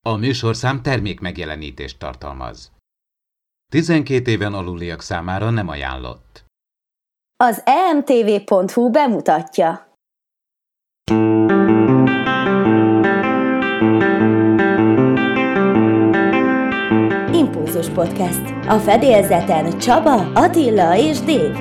A műsorszám termékmegjelenítést tartalmaz. 12 éven aluliak számára nem ajánlott. Az emtv.hu bemutatja. Impulzus Podcast. A fedélzeten Csaba, Attila és Dév.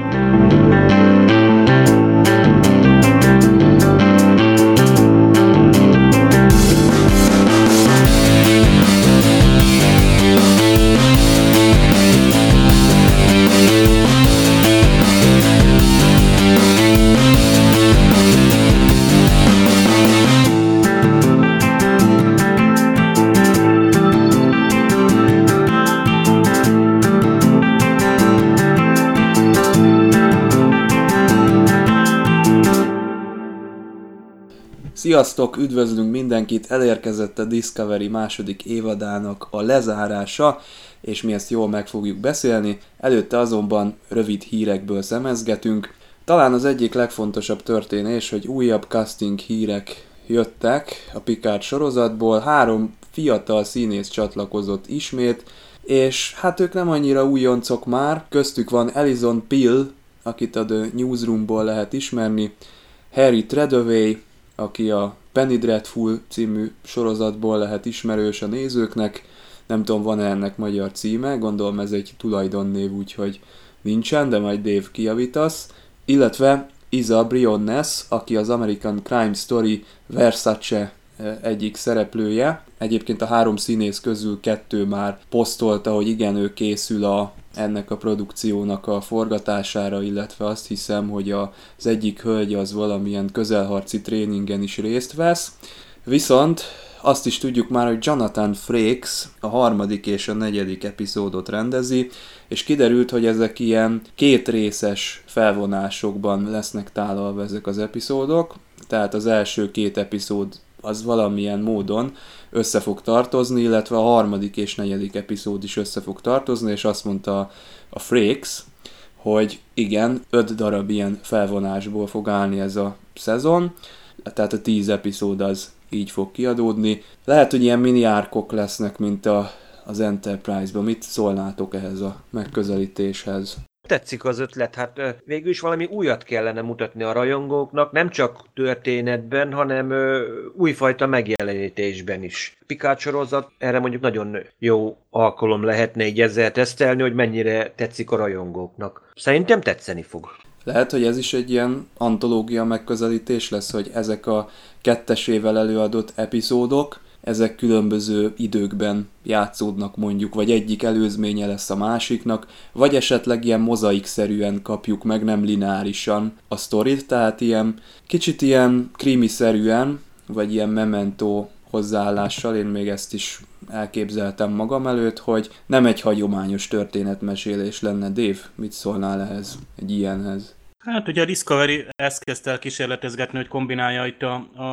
Sziasztok, üdvözlünk mindenkit, elérkezett a Discovery második évadának a lezárása, és mi ezt jól meg fogjuk beszélni, előtte azonban rövid hírekből szemezgetünk. Talán az egyik legfontosabb történés, hogy újabb casting hírek jöttek a Picard sorozatból, 3 fiatal színész csatlakozott ismét, és hát ők nem annyira újoncok már, köztük van Alison Pill, akit a The Newsroomból lehet ismerni, Harry Treadaway, aki a Penny Dreadful című sorozatból lehet ismerős a nézőknek. Nem tudom, van-e ennek magyar címe, gondolom ez egy tulajdonnév, úgyhogy nincsen, de majd Dave kijavítasz. Illetve Isa Briones, aki az American Crime Story Versace egyik szereplője. Egyébként a 3 színész közül 2 már posztolta, hogy igen, ő készül ennek a produkciónak a forgatására, illetve azt hiszem, hogy az egyik hölgy az valamilyen közelharci tréningen is részt vesz. Viszont azt is tudjuk már, hogy Jonathan Frakes a 3. és a 4. epizódot rendezi, és kiderült, hogy ezek ilyen 2 részes felvonásokban lesznek tálalva ezek az epizódok, tehát az első 2 epizód az valamilyen módon össze fog tartozni, illetve a 3. és 4. epizód is össze fog tartozni, és azt mondta a Frakes, hogy igen, 5 darab ilyen felvonásból fog állni ez a szezon, tehát a 10 epizód az így fog kiadódni. Lehet, hogy ilyen mini árkok lesznek, mint az Enterprise-ban. Mit szólnátok ehhez a megközelítéshez? Tetszik az ötlet, hát végül is valami újat kellene mutatni a rajongóknak, nem csak történetben, hanem újfajta megjelenítésben is. Picard sorozat erre mondjuk nagyon jó alkalom lehetne így ezzel tesztelni, hogy mennyire tetszik a rajongóknak. Szerintem tetszeni fog. Lehet, hogy ez is egy ilyen antológia megközelítés lesz, hogy ezek a 2-esével előadott epizódok, ezek különböző időkben játszódnak mondjuk, vagy egyik előzménye lesz a másiknak, vagy esetleg ilyen mozaikszerűen kapjuk meg, nem lineárisan a sztorit, tehát ilyen kicsit ilyen krimiszerűen, vagy ilyen memento hozzáállással, én még ezt is elképzeltem magam előtt, hogy nem egy hagyományos történetmesélés lenne. Dave, mit szólnál ehhez, egy ilyenhez? Hát ugye a Discovery ezt kezdte el kísérletezgetni, hogy kombinálja itt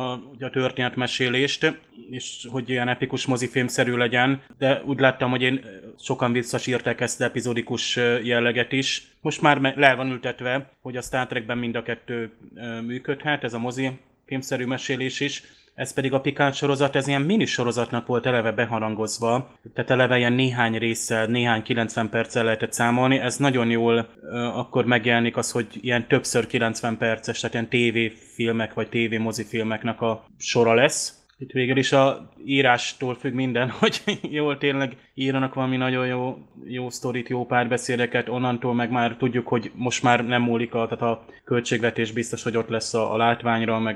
a történetmesélést, és hogy ilyen epikus mozifilmszerű legyen, de úgy láttam, hogy sokan visszasírták ezt az epizódikus jelleget is. Most már le van ültetve, hogy a Star Trekben mind a 2 működhet, ez a mozifilmszerű mesélés is. Ez pedig a Picard sorozat, ez ilyen minisorozatnak volt eleve beharangozva, tehát eleve ilyen néhány résszel, néhány 90 perccel lehetett számolni. Ez nagyon jól akkor megjelenik az, hogy ilyen többször 90 perces, tehát ilyen tévéfilmek vagy tévémozifilmeknek a sora lesz. Itt végül is a írástól függ minden, hogy jól tényleg írnak valami nagyon jó sztorit, jó párbeszédeket, onnantól meg már tudjuk, hogy most már nem múlik, tehát a költségvetés biztos, hogy ott lesz a látványra, meg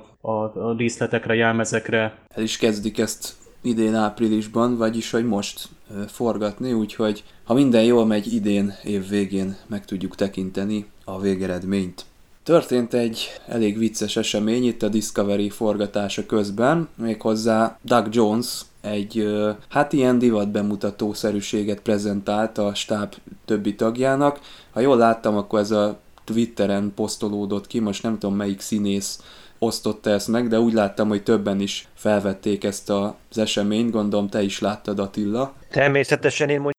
a díszletekre, jelmezekre. El is kezdik ezt idén áprilisban, vagyis hogy most forgatni, úgyhogy ha minden jól megy, idén év végén meg tudjuk tekinteni a végeredményt. Történt egy elég vicces esemény itt a Discovery forgatása közben, méghozzá Doug Jones egy ilyen divat bemutató-szerűséget prezentált a stáb többi tagjának. Ha jól láttam, akkor ez a Twitteren posztolódott ki, most nem tudom melyik színész osztotta ezt meg, de úgy láttam, hogy többen is felvették ezt az eseményt, gondolom te is láttad, Attila. Természetesen én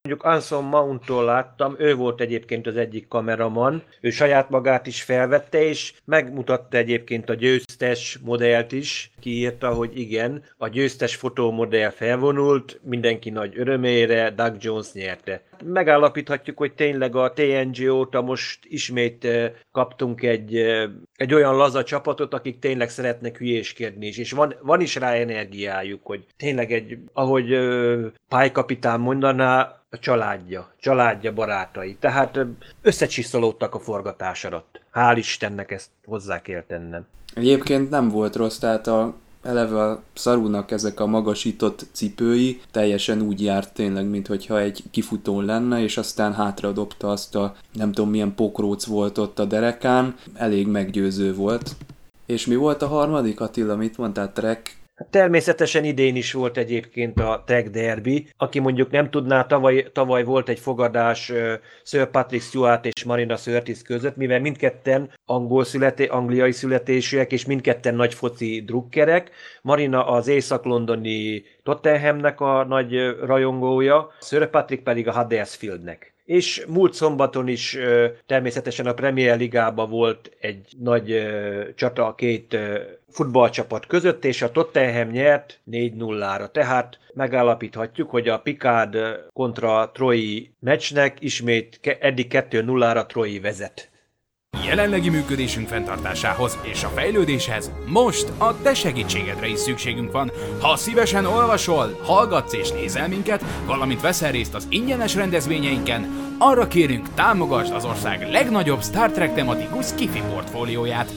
Mondjuk Anson Mount-tól láttam, ő volt egyébként az egyik kameraman, ő saját magát is felvette, és megmutatta egyébként a győztes modellt is, kiírta, hogy igen, a győztes fotómodell felvonult, mindenki nagy örömére, Doug Jones nyerte. Megállapíthatjuk, hogy tényleg a TNG óta most ismét kaptunk egy olyan laza csapatot, akik tényleg szeretnek hülyéskedni is, és van is rá energiájuk, hogy tényleg ahogy Pike kapitán mondaná, a családja, barátai. Tehát összecsiszolódtak a forgatás alatt. Hál' Istennek, ezt hozzá kell tennem. Egyébként nem volt rossz, tehát eleve a Sarunak ezek a magasított cipői teljesen úgy járt tényleg, minthogyha egy kifutón lenne, és aztán hátradobta azt a nem tudom milyen pokróc volt ott a derekán, elég meggyőző volt. És mi volt a harmadik, Attila, mit mondtál, Trek? Természetesen idén is volt egyébként a Trek Derby, aki mondjuk nem tudná, tavaly volt egy fogadás Sir Patrick Stewart és Marina Sirtis között, mivel mindketten angliai születésűek, és mindketten nagy foci drukkerek. Marina az észak-londoni Tottenhamnek a nagy rajongója, Sir Patrick pedig a Huddersfieldnek. És múlt szombaton is természetesen a Premier Ligában volt egy nagy csata a két futballcsapat között, és a Tottenham nyert 4-0-ra. Tehát megállapíthatjuk, hogy a Picard kontra Troy meccsnek ismét eddig 2-0-ra Troy vezet. Jelenlegi működésünk fenntartásához és a fejlődéshez most a te segítségedre is szükségünk van. Ha szívesen olvasol, hallgatsz és nézel minket, valamint veszel részt az ingyenes rendezvényeinken, arra kérünk, támogasd az ország legnagyobb Star Trek tematikus sci-fi portfólióját.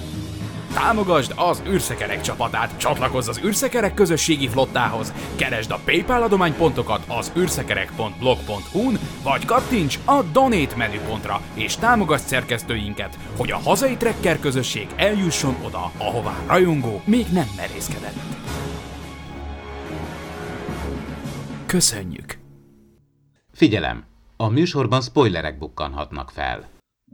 Támogasd az űrszekerek csapatát, csatlakozz az űrszekerek közösségi flottához, keresd a PayPal adománypontokat az űrszekerek.blog.hu-n, vagy kattints a Donate menüpontra, és támogasd szerkesztőinket, hogy a hazai trekker közösség eljusson oda, ahová rajongó még nem merészkedett. Köszönjük! Figyelem! A műsorban spoilerek bukkanhatnak fel.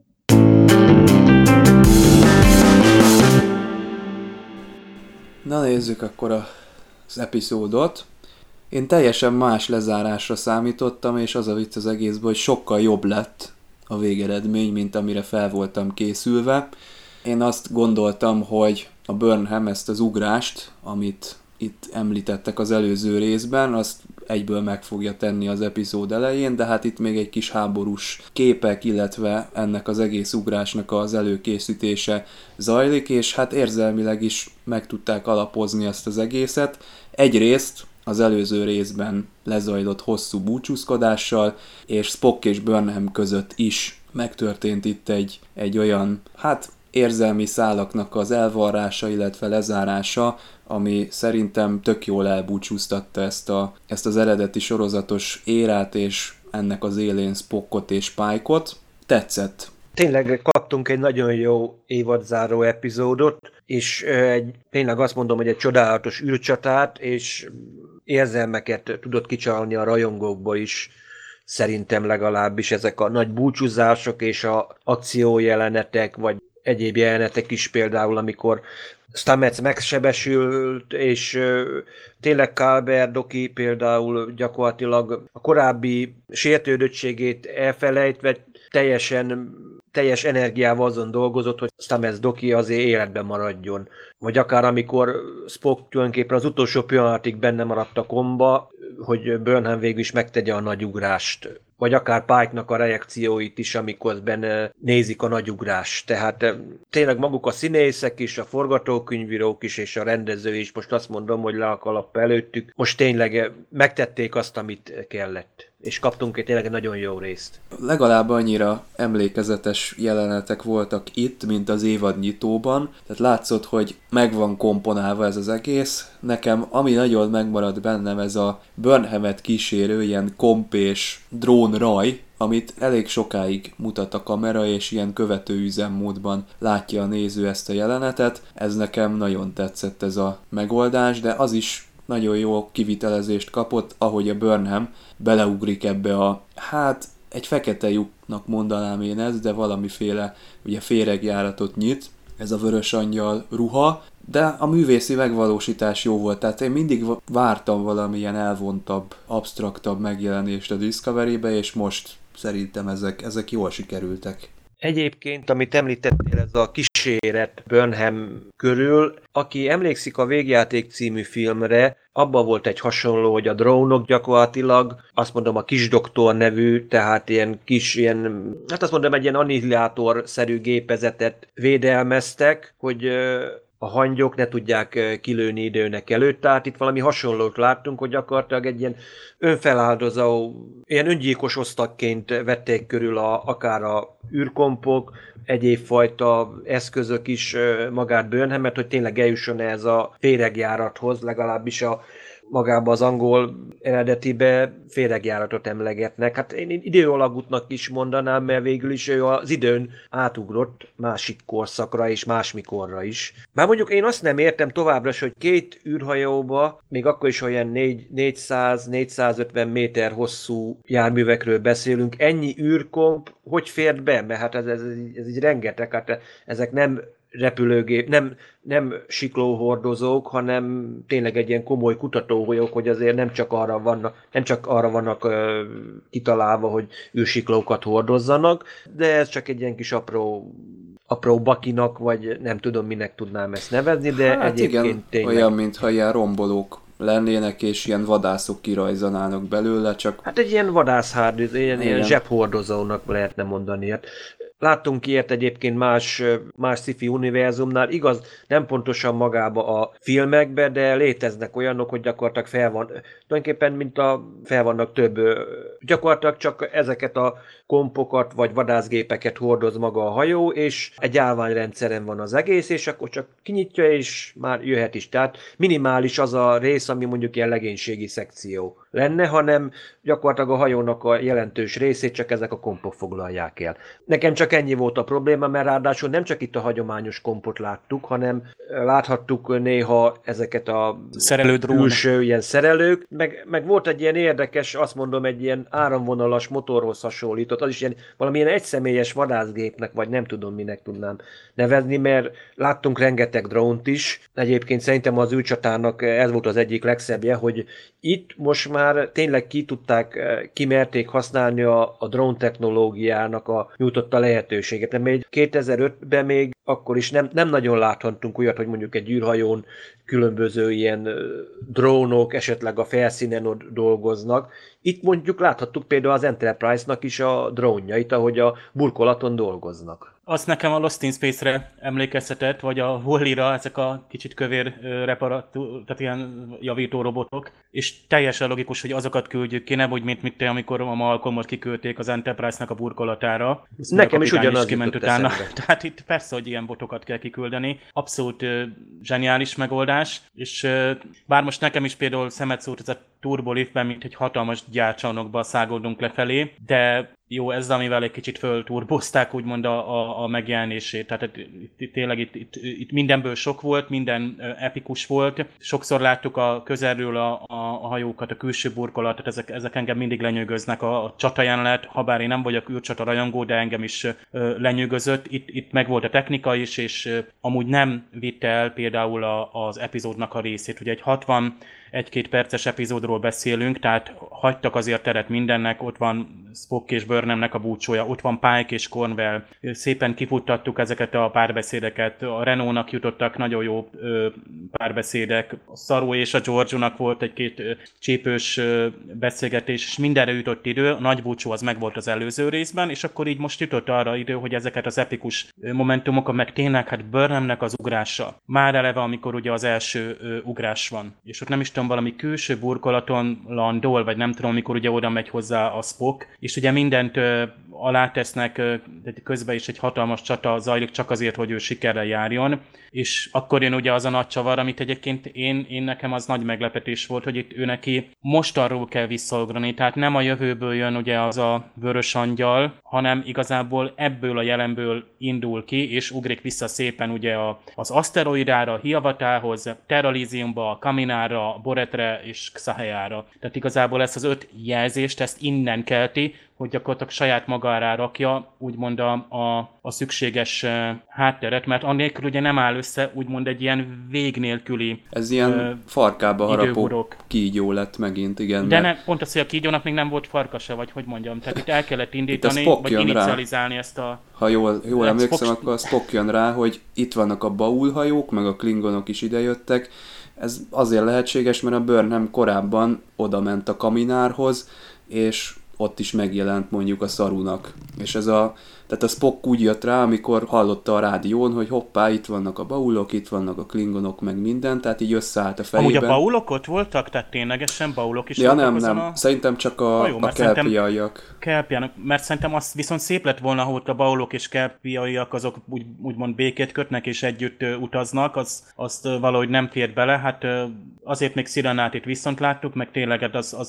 Na nézzük akkor az epizódot. Én teljesen más lezárásra számítottam, és az a vicc az egészben, hogy sokkal jobb lett a végeredmény, mint amire fel voltam készülve. Én azt gondoltam, hogy a Burnham ezt az ugrást, amit itt említettek az előző részben, azt egyből meg fogja tenni az epizód elején, de hát itt még egy kis háborús képek, illetve ennek az egész ugrásnak az előkészítése zajlik, és hát érzelmileg is meg tudták alapozni ezt az egészet. Egyrészt az előző részben lezajlott hosszú búcsúzkodással, és Spock és Burnham között is megtörtént itt egy olyan, érzelmi szálaknak az elvarrása, illetve lezárása, ami szerintem tök jól elbúcsúztatta ezt az eredeti sorozatos érát, és ennek az élén Spockot és Pike-ot. Tetszett. Tényleg kaptunk egy nagyon jó évadzáró epizódot, és tényleg azt mondom, hogy egy csodálatos űrcsatát, és érzelmeket tudott kicsalni a rajongókba is, szerintem legalábbis ezek a nagy búcsúzások és a akciójelenetek, vagy egyéb jelenetek is, például amikor Stamets megsebesült, és tényleg Culber Doki például gyakorlatilag a korábbi sértődöttségét elfelejtve teljes energiával azon dolgozott, hogy Stamets Doki azért életben maradjon. Vagy akár amikor Spock tulajdonképpen az utolsó pillanatig benne maradt a komba, hogy Burnham végül is megtegye a nagy ugrást. Vagy akár Pike-nak a reakcióit is, amikor benne nézik a nagy ugrást. Tehát tényleg maguk a színészek is, a forgatókönyvírók is, és a rendező is, most azt mondom, hogy le a kalap előttük. Most tényleg megtették azt, amit kellett. És kaptunk egy tényleg nagyon jó részt. Legalább annyira emlékezetes jelenetek voltak itt, mint az évad nyitóban. Tehát látszott, hogy meg van komponálva ez az egész. Nekem ami nagyon megmaradt bennem, ez a Burnhamet kísérő ilyen kompés drónraj, amit elég sokáig mutat a kamera, és ilyen követő üzemmódban látja a néző ezt a jelenetet. Ez nekem nagyon tetszett ez a megoldás, de az is nagyon jó kivitelezést kapott, ahogy a Burnham beleugrik ebbe egy fekete lyuknak mondanám én ezt, de valamiféle ugye féregjáratot nyit, ez a vörös angyal ruha, de a művészi megvalósítás jó volt, tehát én mindig vártam valamilyen elvontabb, absztraktabb megjelenést a Discovery-be, és most szerintem ezek jól sikerültek. Egyébként, amit említettél, ez a kíséret Burnham körül, aki emlékszik a Végjáték című filmre, abban volt egy hasonló, hogy a drónok gyakorlatilag, azt mondom, a Kis Doktor nevű, tehát ilyen kis, hát azt mondom, egy ilyen annihilátor-szerű gépezetet védelmeztek, hogy a hangyok ne tudják kilőni időnek előtt, tehát itt valami hasonlót láttunk, hogy gyakorlatilag egy ilyen önfeláldozó, ilyen öngyilkos osztagként vették körül akár a űrkompok, egyéb fajta eszközök is magát Burnhamet, hogy tényleg eljusson ez a féregjárathoz, legalábbis magába az angol eredetibe féregjáratot emlegetnek. Hát én időalagútnak is mondanám, mert végül is ő az időn átugrott másik korszakra és másmikorra is. Már mondjuk én azt nem értem továbbra is, hogy két űrhajóba, még akkor is olyan 400-450 méter hosszú járművekről beszélünk, ennyi űrkomp hogy fért be? Mert hát ez így rengeteg, hát ezek nem repülőgép, nem siklóhordozók, hanem tényleg egy ilyen komoly kutatóhajók, hogy azért nem csak arra vannak kitalálva, hogy űrsiklókat hordozzanak, de ez csak egy ilyen kis apró bakinak, vagy nem tudom, minek tudnám ezt nevezni, de hát egyébként igen, tényleg... olyan, mintha ilyen rombolók lennének, és ilyen vadászok kirajzanának belőle, csak... Hát egy ilyen vadászhárd, ilyen zsebhordozónak lehetne mondani. Hát láttunk ilyet egyébként más sci-fi univerzumnál, igaz, nem pontosan magába a filmekbe, de léteznek olyanok, hogy gyakorlatilag tulajdonképpen fel vannak több, gyakorlatilag csak ezeket a kompokat vagy vadászgépeket hordoz maga a hajó, és egy állványrendszeren van az egész, és akkor csak kinyitja, és már jöhet is. Tehát minimális az a rész, ami mondjuk ilyen legénységi szekció lenne, hanem gyakorlatilag a hajónak a jelentős részét csak ezek a kompok foglalják el. Nekem csak ennyi volt a probléma, mert ráadásul nem csak itt a hagyományos kompot láttuk, hanem láthattuk néha ezeket a külső ilyen szerelők, meg volt egy ilyen érdekes, azt mondom, egy ilyen áramvonalas motorhoz hasonlított, az is ilyen valamilyen egyszemélyes vadászgépnek, vagy nem tudom, minek tudnám nevezni, mert láttunk rengeteg drónt is. Egyébként szerintem az űrcsatának ez volt az egyik legszebbje, hogy itt most már tényleg kimerték használni a drón technológiának a nyújtotta lehetőséget. De még 2005-ben még akkor is nem nagyon láthattunk olyat, hogy mondjuk egy űrhajón különböző ilyen drónok esetleg a felszínen ott dolgoznak. Itt mondjuk láthattuk például az Enterprise-nak is a drónjait, ahogy a burkolaton dolgoznak. Azt nekem a Lost in Space-re emlékeztetett, vagy a Wall-E-ra, ezek a kicsit kövér tehát ilyen javító robotok, és teljesen logikus, hogy azokat küldjük ki, nem úgy, mint amikor a Malcolmot kiküldték az Enterprise-nak a burkolatára. Nekem is ugyanaz jutott utána. Tehát itt persze, hogy ilyen botokat kell kiküldeni. Abszolút zseniális megoldás, és bár most nekem is például szemet szólt ez a turboliftben, mint egy hatalmas gyárcsarnokba szágoldunk lefelé, de jó, ez amivel egy kicsit fölturbozták úgymond a megjelenését. Tehát tényleg itt mindenből sok volt, minden epikus volt. Sokszor láttuk a közelről a hajókat, a külső burkolatot, ezek engem mindig lenyűgöznek. A csatajelenet, habár én nem vagyok űrcsata rajongó, de engem is lenyűgözött. Itt meg volt a technika is, és amúgy nem vitte el például az epizódnak a részét. Ugye egy 61-2 perces epizódról beszélünk, tehát hagytak azért teret mindennek, ott van Spock és Burnhamnek a búcsója, ott van Pike és Cornwell, szépen kifuttattuk ezeket a párbeszédeket, a Renault-nak jutottak nagyon jó párbeszédek, a Saru és a Georgiou-nak volt egy-két csípős beszélgetés, és mindenre jutott idő, a nagy búcsó az meg volt az előző részben, és akkor így most jutott arra idő, hogy ezeket az epikus momentumokat, meg tényleg hát Burnhamnek az ugrása, már eleve, amikor ugye az első ugrás van, és ott nem is tudom, valami külső burkolaton landol, vagy nem tudom, amikor ugye oda megy hozzá a Spock, és ugye mindent alátesznek, de közben is egy hatalmas csata zajlik csak azért, hogy ő sikerrel járjon, és akkor jön ugye az a nagy csavar, amit egyébként én nekem az nagy meglepetés volt, hogy itt ő neki most arról kell visszaugrani, tehát nem a jövőből jön ugye az a vörös angyal, hanem igazából ebből a jelenből indul ki, és ugrik vissza szépen ugye az aszteroidára, Hiavatához, Terralíziumba, Kaminára, Boretre és Xaheára. Tehát igazából ezt az 5 jelzést, ezt innen kelti, hogy gyakorlatilag saját magára rakja úgymond a szükséges hátteret, mert annélkül ugye nem áll össze úgymond egy ilyen vég nélküli ez ilyen farkába harapó kígyó lett megint, igen. De ne, pont az, hogy a kígyónak még nem volt farkasa, vagy hogy mondjam. Tehát itt el kellett indítani, vagy inicializálni ezt a... Ha jól emlékszem, akkor a Spock jön rá, hogy itt vannak a baulhajók, meg a klingonok is idejöttek. Ez azért lehetséges, mert a Burnham korábban odament a kaminárhoz, és ott is megjelent mondjuk a Sarunak. És tehát a Spock úgy jött rá, amikor hallotta a rádión, hogy hoppá, itt vannak a baulok, itt vannak a klingonok, meg minden, tehát így összeállt a fejében. Amúgy a baulok ott voltak? Tehát ténylegesen baulok is ja, voltak? Nem. Szerintem csak a kelpiaiak. Mert szerintem az viszont szép lett volna, hogy a baulok és kelpiaiak azok úgymond békét kötnek és együtt utaznak, azt valahogy nem fért bele. Hát azért még Sirenátit viszont láttuk, meg tényleg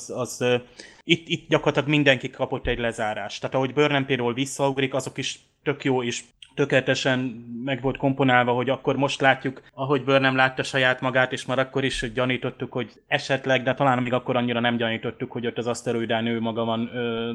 itt gyakorlatilag mindenki kapott egy lezárást. Tehát ahogy Burnham például visszaugrik, azok is tök jó és tökéletesen meg volt komponálva, hogy akkor most látjuk, ahogy Burnham látta saját magát, és már akkor is gyanítottuk, hogy esetleg, de talán még akkor annyira nem gyanítottuk, hogy ott az aszteroidán ő maga van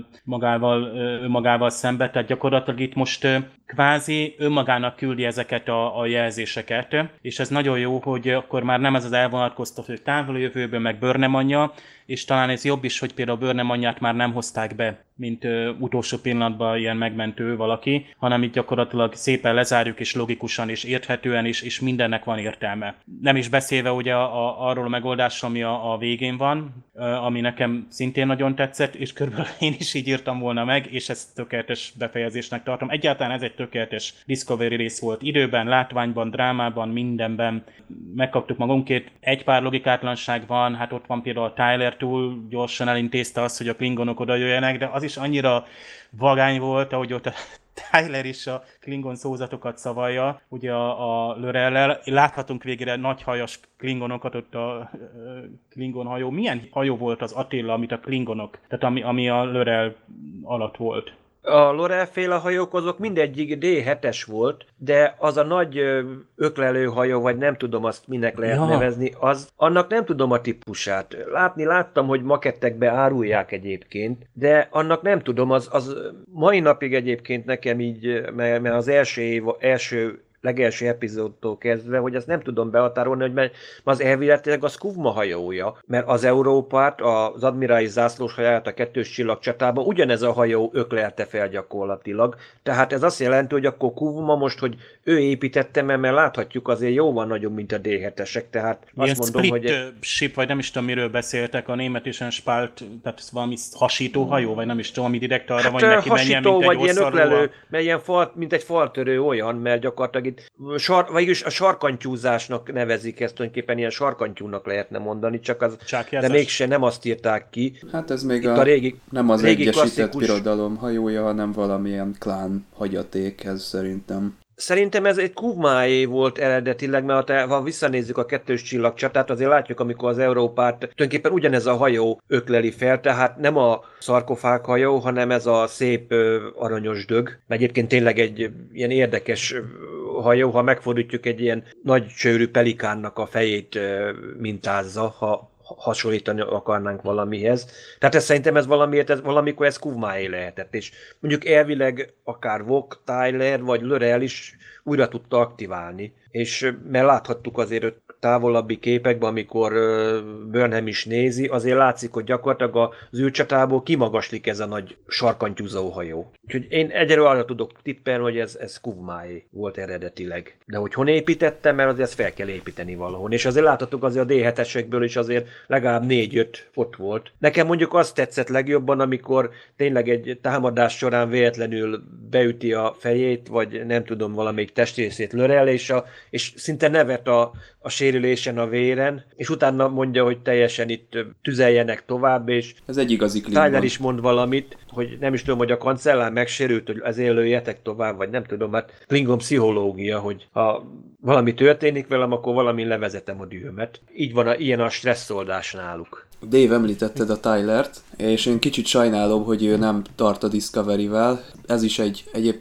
magával szembe. Tehát gyakorlatilag itt most kvázi önmagának küldi ezeket a jelzéseket, és ez nagyon jó, hogy akkor már nem ez az elvonatkoztató távoli jövőből, meg Burnham anyja, és talán ez jobb is, hogy például a Burnham anyját már nem hozták be, mint utolsó pillanatban ilyen megmentő valaki, hanem itt gyakorlatilag szépen lezárjuk, és logikusan, és érthetően is, és mindennek van értelme. Nem is beszélve ugye arról a megoldásról, ami a végén van, ami nekem szintén nagyon tetszett, és körülbelül én is így írtam volna meg, és ezt tökéletes befejezésnek tartom. Egyáltalán ez egy tökéletes Discovery rész volt. Időben, látványban, drámában, mindenben megkaptuk magunkét. Egy pár logikátlanság van, hát ott van például a Tyler túl gyorsan elintézte azt, hogy a klingonok oda jöjjenek, de az is annyira vagány volt, ahogy ott a Tyler is a klingon szózatokat szavalja, ugye a Lorellel. Láthatunk végére nagyhajas klingonokat ott a klingon hajó. Milyen hajó volt az Attila, amit a klingonok, tehát ami a Lorell alatt volt? A Lorell-féle hajók azok mindegyik D7-es volt, de az a nagy öklelő hajó, vagy nem tudom azt minek lehet nevezni, annak nem tudom a típusát. Láttam, hogy makettekbe árulják egyébként, de annak nem tudom, az mai napig egyébként nekem így, mert az legelső epizódtól kezdve, hogy azt nem tudom behatárolni, hogy mert az elvileg az Kuvma hajója, mert az Európát, az admirális zászlós hajóját a 2. csillagcsatában ugyanez a hajó öklelte fel gyakorlatilag. Tehát ez azt jelenti, hogy akkor Kuvma most, hogy ő építette, mert láthatjuk azért jóval nagyobb, mint a D7-esek, tehát ilyen azt mondom, split hogy... ship, vagy nem is tudom, miről beszéltek, a német és a spált, tehát valami hasító hajó, vagy nem is tudom, ami direkt arra van, hogy neki menjen, mint egy ilyen öklelő, mert ilyen mint egy faltörő olyan, mert gyakorlatilag vagyis a sarkantyúzásnak nevezik ezt, tulajdonképpen ilyen sarkantyúnak lehetne mondani, csak az, de mégse nem azt írták ki. Hát ez még a régi, nem az régi Egyesített Birodalom hajója, hanem valamilyen klán hagyaték, ez szerintem. Szerintem ez egy Kuvmáé volt eredetileg, mert ha visszanézzük a 2. csillagcsatát, azért látjuk, amikor az Európát tulajdonképpen ugyanez a hajó ökleli fel, tehát nem a szarkofág hajó, hanem ez a szép aranyos dög. Mert egyébként tényleg egy ilyen érdekes hajó, ha megfordítjuk egy ilyen nagy csőrű pelikánnak a fejét mintázza, ha hasonlítani akarnánk valamihez. Tehát szerintem valamikor ez Kuvmáé lehetett, és mondjuk elvileg akár Vok, Tyler vagy Lorell is újra tudta aktiválni. És mert láthattuk azért távolabbi képekben, amikor Burnham is nézi, azért látszik, hogy gyakorlatilag az űrcsatából kimagaslik ez a nagy sarkantyúzó hajó. Úgyhogy én egyelőre arra tudok tippelni, hogy ez Kuvmáé volt eredetileg. De hogy hon építette, mert azért ezt fel kell építeni valahol. És azért láthattuk azért a D7-esekből is azért legalább 4-5 ott volt. Nekem mondjuk azt tetszett legjobban, amikor tényleg egy támadás során véletlenül beüti a fejét, vagy nem tudom, valamelyik testrészét Lorell, és szinte nevet a sérülésen, a véren, és utána mondja, hogy teljesen itt tüzeljenek tovább, és ez egy igazi Klingon. Tyler is mond valamit, hogy nem is tudom, hogy a kancellár megsérült, hogy ezért lőjetek tovább, vagy nem tudom, hát Klingon pszichológia, hogy ha valami történik velem, akkor valamin levezetem a dühömet. Így van, ilyen a stresszoldás náluk. Dave, említetted a Tylert, és én kicsit sajnálom, hogy ő nem tart a Discovery-vel. Ez is egyébként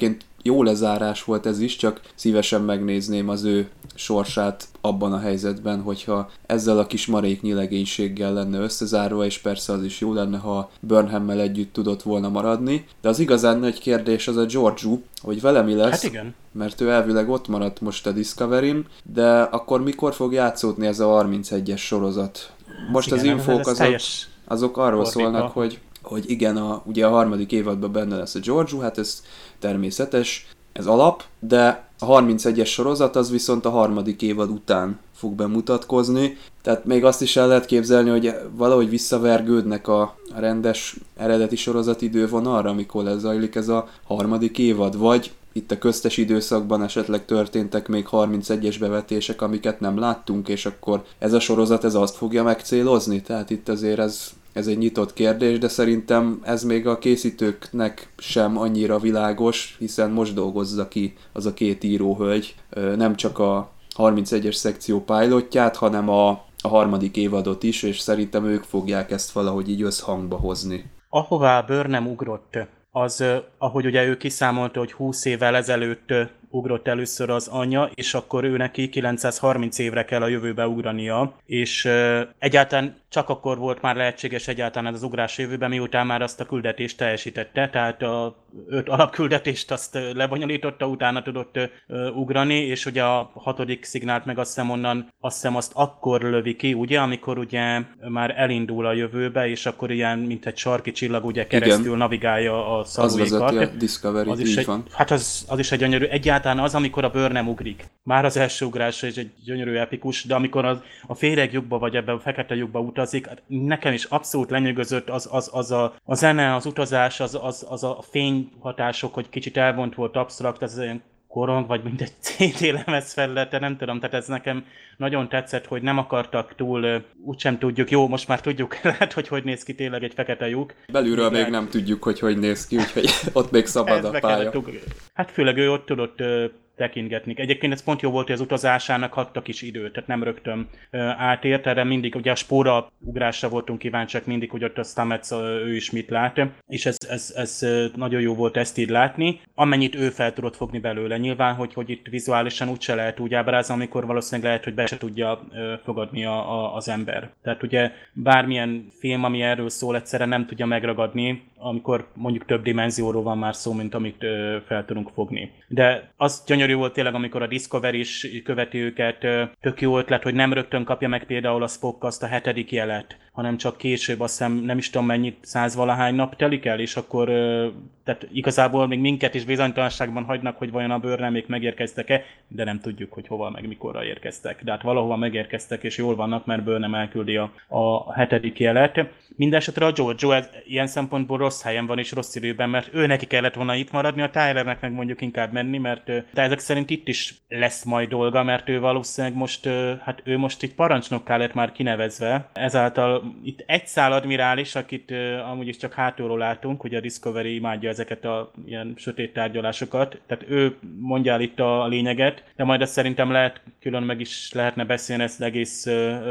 jó lezárás volt ez is, csak szívesen megnézném az ő sorsát abban a helyzetben, hogyha ezzel a kis maréknyi legénységgel lenne összezárva, és persze az is jó lenne, ha Burnhammel együtt tudott volna maradni. De az igazán nagy kérdés az a Georgiou, hogy vele mi lesz, hát igen. Mert ő elvileg ott maradt most a Discoveryn, de akkor mikor fog játszódni ez a 31-es sorozat? Most igen, az infók azok arról szólnak, hogy igen, ugye a harmadik évadban benne lesz a Georgiou, hát ez természetes, ez alap, de a 31-es sorozat az viszont a harmadik évad után fog bemutatkozni, tehát még azt is el lehet képzelni, hogy valahogy visszavergődnek a rendes eredeti sorozat idővonalra, amikor lezajlik ez a harmadik évad, vagy itt a köztes időszakban esetleg történtek még 31-es bevetések, amiket nem láttunk, és akkor ez a sorozat ez azt fogja megcélozni, tehát itt azért ez egy nyitott kérdés, de szerintem ez még a készítőknek sem annyira világos, hiszen most dolgozza ki az a két íróhölgy nem csak a 31-es szekció pilotját, hanem a harmadik évadot is, és szerintem ők fogják ezt valahogy így összhangba hozni. Ahová Burnham ugrott, az, ahogy ugye ő kiszámolta, hogy 20 évvel ezelőtt ugrott először az anyja, és akkor ő neki 930 évre kell a jövőbe ugrania, és egyáltalán csak akkor volt már lehetséges egyáltalán ez az ugrás jövőben, miután már azt a küldetést teljesítette, tehát a 5 alapküldetést azt lebonyolította, utána tudott ugrani, és ugye a 6. szignált meg azt hiszem azt akkor lövi ki, ugye, amikor ugye már elindul a jövőbe, és akkor ilyen, mint egy sarki csillag, ugye keresztül igen. Navigálja a szalóikat. Az vezeti a Discovery-t, így van. Hát az is egy gyönyörű, egyáltalán az, amikor a Burnham ugrik. Már az első ugrásra is egy gyönyörű epikus, de amikor a féreg lyukba, vagy ebben a fekete lyukba utazik, nekem is abszolút lenyűgözött az a zene, az utazás, az a fényhatások, hogy kicsit elvont volt absztrakt, ez olyan korong, vagy mint egy CD lemez felülete, nem tudom, tehát ez nekem nagyon tetszett, hogy nem akartak túl, úgysem tudjuk, jó, most már tudjuk, lehet, hogy néz ki tényleg egy fekete lyuk. Belülről még nem tudjuk, hogy néz ki, úgyhogy ott még szabad a pálya. Hát főleg ő ott tudott tekintgetni. Egyébként ez pont jó volt, hogy az utazásának hagytak is időt, tehát nem rögtön átért, erre mindig, ugye a spóra ugrásra voltunk kíváncsiak mindig, hogy ott a Stamets ő is mit lát, és ez nagyon jó volt ezt így látni, amennyit ő fel tudott fogni belőle. Nyilván, hogy itt vizuálisan úgyse lehet úgy ábrázni, amikor valószínűleg lehet, hogy be se tudja fogadni az ember. Tehát ugye bármilyen film, ami erről szól, egyszerre nem tudja megragadni, amikor mondjuk több dimenzióról van már szó, mint amit fel tudunk fogni. De az gyönyörű volt tényleg, amikor a Discovery is követi őket, tök jó ötlet, hogy nem rögtön kapja meg például a Spock azt a 7. jelet, hanem csak később, azt hiszem nem is tudom mennyit, 100-valahány nap telik el, és akkor tehát igazából még minket is bizonytalanságban hagynak, hogy vajon a Burnhamék megérkeztek-e, de nem tudjuk, hogy hova meg mikorra érkeztek. De hát valahova megérkeztek, és jól vannak, mert Burnham elküldi a 7. jelet. Mindenesetre a Georgiou ilyen szempontból rossz helyen van és rossz időben, mert ő neki kellett volna itt maradni, a Tylernek meg mondjuk inkább menni, mert de ezek szerint itt is lesz majd dolga, mert ő valószínűleg most, hát ő most itt parancsnokká lett már kinevezve. Ezáltal itt egy száladmirális, akit amúgy is csak hátulról látunk, hogy a Discovery imádja ezeket a ilyen sötét tárgyalásokat, tehát ő mondja el itt a lényeget, de majd azt szerintem lehet, külön meg is lehetne beszélni ezt egész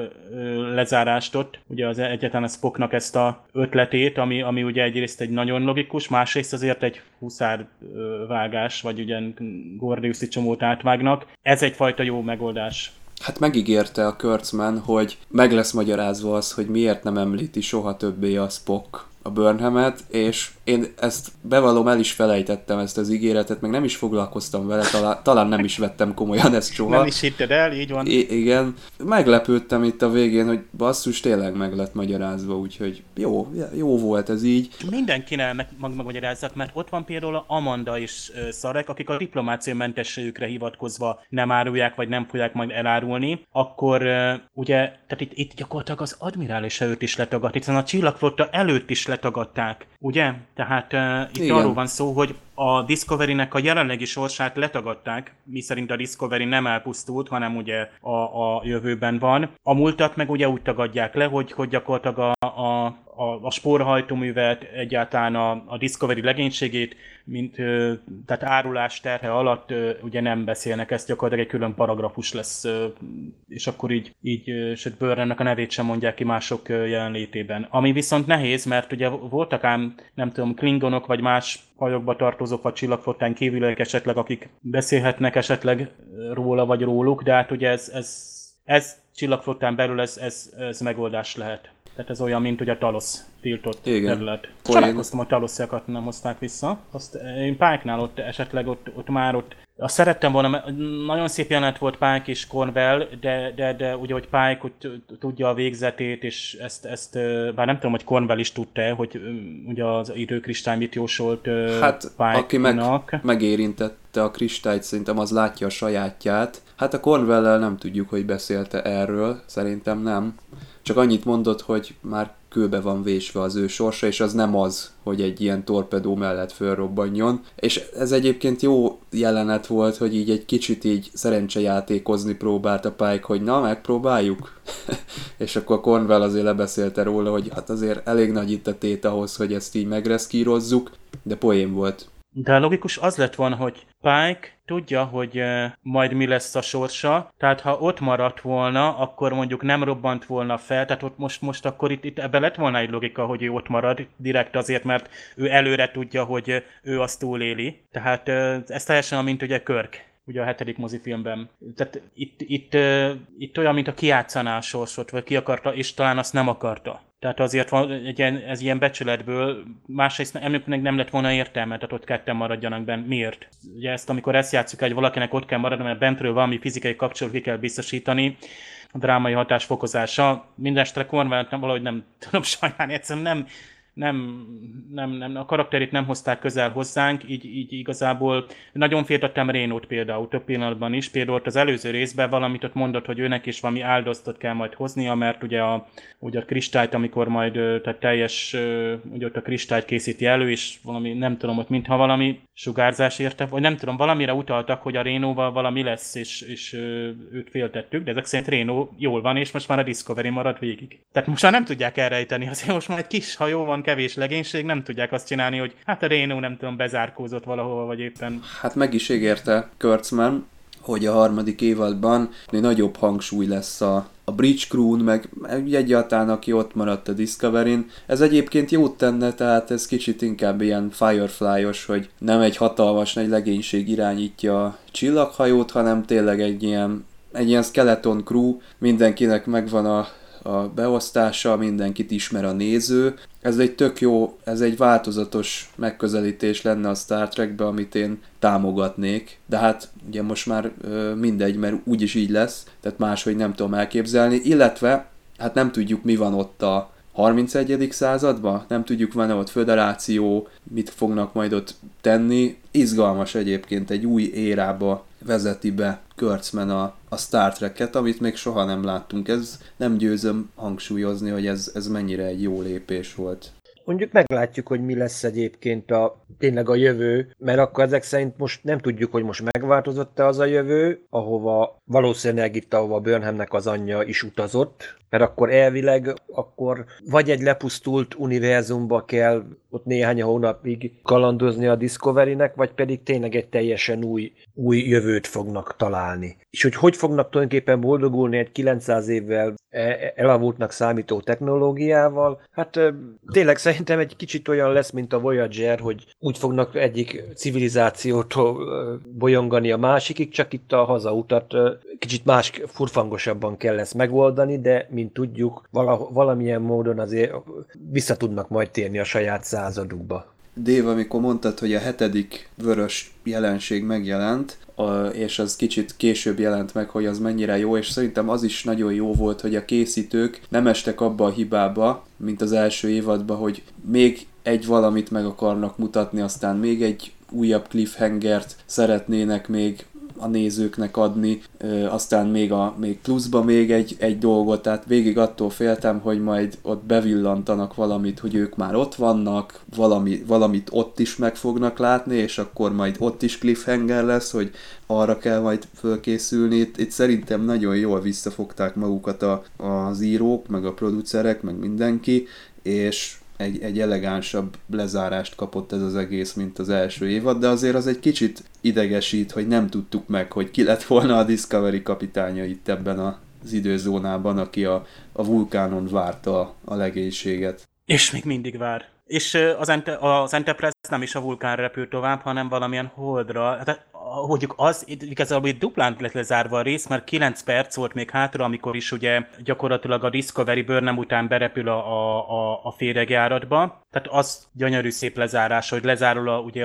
lezárást ott, ugye az egyetlen a Spocknak ezt a ötletét, ami ugye egyrészt egy nagyon logikus, másrészt azért egy huszárvágás, vagy ugye Gordiuszi csomót átvágnak. Ez egyfajta jó megoldás. Hát megígérte a Kurtzman, hogy meg lesz magyarázva az, hogy miért nem említi soha többé a Spock a Burnhamet, és én ezt bevallom, el is felejtettem ezt az ígéretet, meg nem is foglalkoztam vele, talán nem is vettem komolyan ezt soha. Nem is hitted el, így van. Igen. Meglepődtem itt a végén, hogy basszus, tényleg meg lett magyarázva, úgyhogy jó volt ez így. Mindenkinek megmagyarázzak, mert ott van például Amanda és Sarek, akik a diplomáciai mentességükre hivatkozva nem árulják, vagy nem fogják majd elárulni, akkor ugye, tehát itt gyakorlatilag az admirális őt is letagadt, hiszen a csillagflotta előtt is letagadták, ugye? Tehát itt igen. Arról van szó, hogy a Discovery-nek a jelenlegi sorsát letagadták, miszerint a Discovery nem elpusztult, hanem ugye a jövőben van. A múltat meg ugye úgy tagadják le, hogy gyakorlatilag a spórhajtóművet, egyáltalán a Discovery legénységét, tehát árulás terhe alatt ugye nem beszélnek, ez gyakorlatilag egy külön paragrafus lesz, és akkor így sőt Burnhamnek a nevét sem mondják ki mások jelenlétében. Ami viszont nehéz, mert ugye voltak ám, nem tudom, klingonok, vagy más fajokba tartozók, vagy csillagflottán kívüliek esetleg, akik beszélhetnek esetleg róla, vagy róluk, de hát ugye ez csillagflottán belül ez megoldás lehet. Tehát ez olyan, mint ugye a Talos tiltott terület. Csodálkoztam, a Talosziakat nem hozták vissza. Azt én Pike-nál esetleg ott már azt szerettem volna, nagyon szép jelenet volt Pike és Cornwell, de ugye, hogy Pike tudja a végzetét, és ezt bár nem tudom, hogy Cornwell is tudta, hogy ugye az időkristály mit jósolt hát, Pike-nak. aki megérintette a kristályt, szerintem az látja a sajátját. Hát a Cornwell-lel nem tudjuk, hogy beszélte erről, szerintem nem. Csak annyit mondott, hogy már kőbe van vésve az ő sorsa, és az nem az, hogy egy ilyen torpedó mellett fölrobbanjon. És ez egyébként jó jelenet volt, hogy így egy kicsit így szerencsejátékozni próbált a Pike, hogy na, megpróbáljuk. És akkor a Cornwell azért lebeszélte róla, hogy hát azért elég nagy itt a tét ahhoz, hogy ezt így megreszkírozzuk, de poén volt. De logikus az lett volna, hogy Pike tudja, hogy majd mi lesz a sorsa, tehát ha ott maradt volna, akkor mondjuk nem robbant volna fel, tehát ott most akkor itt ebben lett volna egy logika, hogy ő ott marad, direkt azért, mert ő előre tudja, hogy ő azt túléli. Tehát ez teljesen mint ugye Kirk, ugye a 7. mozifilmben. Tehát itt olyan, mint a kijátszanál a sorsot, vagy ki akarta, és talán azt nem akarta. Tehát azért van ez ilyen becsületből, másrészt emléknek nem lett volna értelme, tehát ott ketten maradjanak benne. Miért? Ugye ezt játsszuk, hogy valakinek ott kell maradni, mert bentről valami fizikai kapcsolatot ki kell biztosítani, a drámai hatás fokozása. Mindenesetre Cornwell-t valahogy nem tudom sajnálni, egyszerűen nem, a karakterét nem hozták közel hozzánk, így igazából nagyon féltettem Rénót például több pillanatban is, például az előző részben valamit ott mondott, hogy őnek is valami áldozatot kell majd hoznia, mert ugye a kristályt, amikor majd tehát teljes, ugye ott a kristályt készíti elő, és valami, nem tudom, ott mintha valami sugárzás érte, vagy nem tudom, valamire utaltak, hogy a Rénóval valami lesz, és őt féltettük, de ezek szerint Rénó jól van, és most már a Discovery marad végig. Tehát most már nem tudják elrejteni, azért most már egy kis hajó van, kevés legénység, nem tudják azt csinálni, hogy hát a Rénó nem tudom, bezárkózott valahol, vagy éppen... Hát meg is ígérte Kurtzman, hogy a 3. évadban nagyobb hangsúly lesz a Bridge Crew-n, meg egyáltalán aki ott maradt a Discovery-n. Ez egyébként jót tenne, tehát ez kicsit inkább ilyen Firefly-os, hogy nem egy hatalmas nagy legénység irányítja a csillaghajót, hanem tényleg egy ilyen skeleton crew, mindenkinek megvan a beosztása, mindenkit ismer a néző. Ez egy tök jó, ez egy változatos megközelítés lenne a Star Trekbe, amit én támogatnék, de hát ugye most már mindegy, mert úgyis így lesz, tehát máshogy nem tudom elképzelni, illetve hát nem tudjuk, mi van ott a 31. században, nem tudjuk, van-e ott föderáció, mit fognak majd ott tenni. Izgalmas egyébként, egy új érába vezeti be Kurtzman a Star Trek-et, amit még soha nem láttunk. Ez nem győzöm hangsúlyozni, hogy ez mennyire egy jó lépés volt. Mondjuk meglátjuk, hogy mi lesz egyébként tényleg a jövő, mert akkor ezek szerint most nem tudjuk, hogy most megváltozott-e az a jövő, ahova valószínűleg itt, ahova Burnhamnek az anyja is utazott, mert akkor elvileg vagy egy lepusztult univerzumba kell ott néhány hónapig kalandozni a Discovery-nek, vagy pedig tényleg egy teljesen új jövőt fognak találni. És hogy fognak tulajdonképpen boldogulni egy 900 évvel elavultnak számító technológiával, hát tényleg szerintem egy kicsit olyan lesz, mint a Voyager, hogy úgy fognak egyik civilizációtól bolyongani a másikig, csak itt a hazautat kicsit más furfangosabban kell lesz megoldani, de mint tudjuk, valamilyen módon azért vissza tudnak majd térni a saját századukba. Dave, amikor mondtad, hogy a 7. vörös jelenség megjelent, és az kicsit később jelent meg, hogy az mennyire jó, és szerintem az is nagyon jó volt, hogy a készítők nem estek abba a hibába, mint az első évadban, hogy még egy valamit meg akarnak mutatni, aztán még egy újabb cliffhangert szeretnének még a nézőknek adni, aztán még pluszba még egy dolgot, tehát végig attól féltem, hogy majd ott bevillantanak valamit, hogy ők már ott vannak, valamit ott is meg fognak látni, és akkor majd ott is cliffhanger lesz, hogy arra kell majd fölkészülni. Itt szerintem nagyon jól visszafogták magukat az írók, meg a producerek, meg mindenki, és egy elegánsabb lezárást kapott ez az egész, mint az első évad, de azért az egy kicsit idegesít, hogy nem tudtuk meg, hogy ki lett volna a Discovery kapitánya itt ebben az időzónában, aki a vulkánon várta a legénységet. És még mindig vár. És az Enterprise nem is a vulkán repül tovább, hanem valamilyen holdra. Hát, mondjuk az igazából duplán lett lezárva a rész, mert 9 perc volt még hátra, amikor is ugye gyakorlatilag a Discovery Burnham után berepül a féregjáratba. Tehát az gyönyörű szép lezárás, hogy lezárul ugye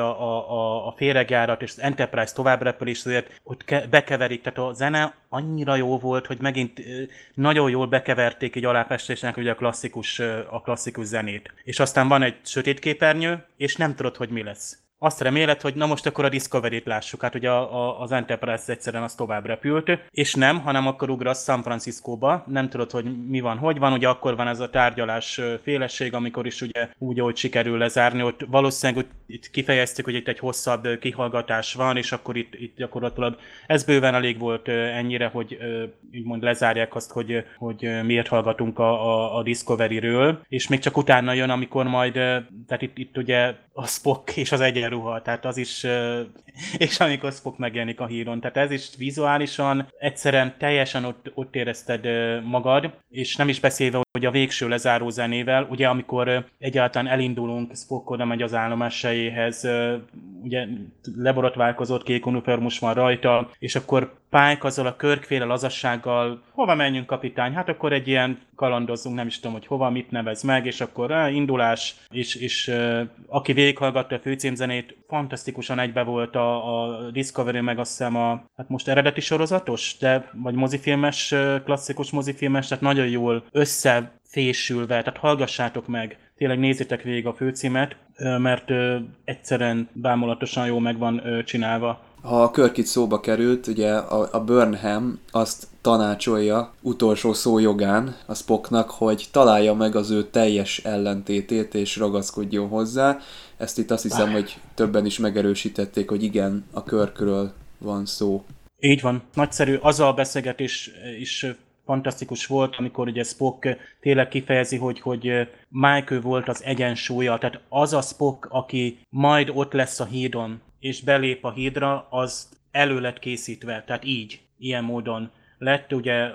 a féregjárat, és az Enterprise tovább repül, és azért ott bekeverik. Tehát a zene annyira jó volt, hogy megint nagyon jól bekeverték egy aláfestésnek ugye a klasszikus zenét. És aztán van egy sötét képernyő, és nem tudod, hogy mi lesz. Azt reméled, hogy na most akkor a Discovery-t lássuk, hát ugye az Enterprise egyszerűen az tovább repült, és nem, hanem akkor ugrasz San Franciscóba, nem tudod, hogy mi van, hogy van, ugye akkor van ez a tárgyalás félesség, amikor is ugye úgy, ahogy sikerül lezárni, ott valószínűleg itt kifejeztük, hogy itt egy hosszabb kihallgatás van, és akkor itt gyakorlatilag ez bőven elég volt ennyire, hogy úgymond lezárják azt, hogy miért hallgatunk a Discovery-ről, és még csak utána jön, amikor majd, tehát itt ugye a Spock és az egyenruha, tehát az is, és amikor Spock megjelenik a híron, tehát ez is vizuálisan egyszerűen teljesen ott érezted magad, és nem is beszélve, hogy a végső lezáró zenével, ugye amikor egyáltalán elindulunk, Spock oda megy az állomás helyéhez, ugye leborotválkozott kék uniformus van rajta, és akkor Pike azzal a Kirk-féle lazassággal, hova menjünk kapitány? Hát akkor egy ilyen kalandozzunk, nem is tudom, hogy hova, mit nevez meg, és akkor indulás, és aki végighallgatta a főcímzenét, fantasztikusan egybe volt a Discovery, meg azt hiszem hát most eredeti sorozatos, vagy mozifilmes, klasszikus mozifilmes, tehát nagyon jól összefésülve, tehát hallgassátok meg, tényleg nézzétek végig a főcímet, mert egyszerűen bámulatosan jól meg van csinálva. Ha a Kirk itt szóba került, ugye a Burnham azt tanácsolja utolsó szójogán a Spocknak, hogy találja meg az ő teljes ellentétét és ragaszkodjon hozzá. Ezt itt azt hiszem, hogy többen is megerősítették, hogy igen, a Kirkről van szó. Így van. Nagyszerű. Az a beszélgetés is fantasztikus volt, amikor ugye Spock tényleg kifejezi, hogy Michael volt az egyensúlya, tehát az a Spock, aki majd ott lesz a hídon, és belép a hídra, az elő lett készítve, tehát így, ilyen módon lett ugye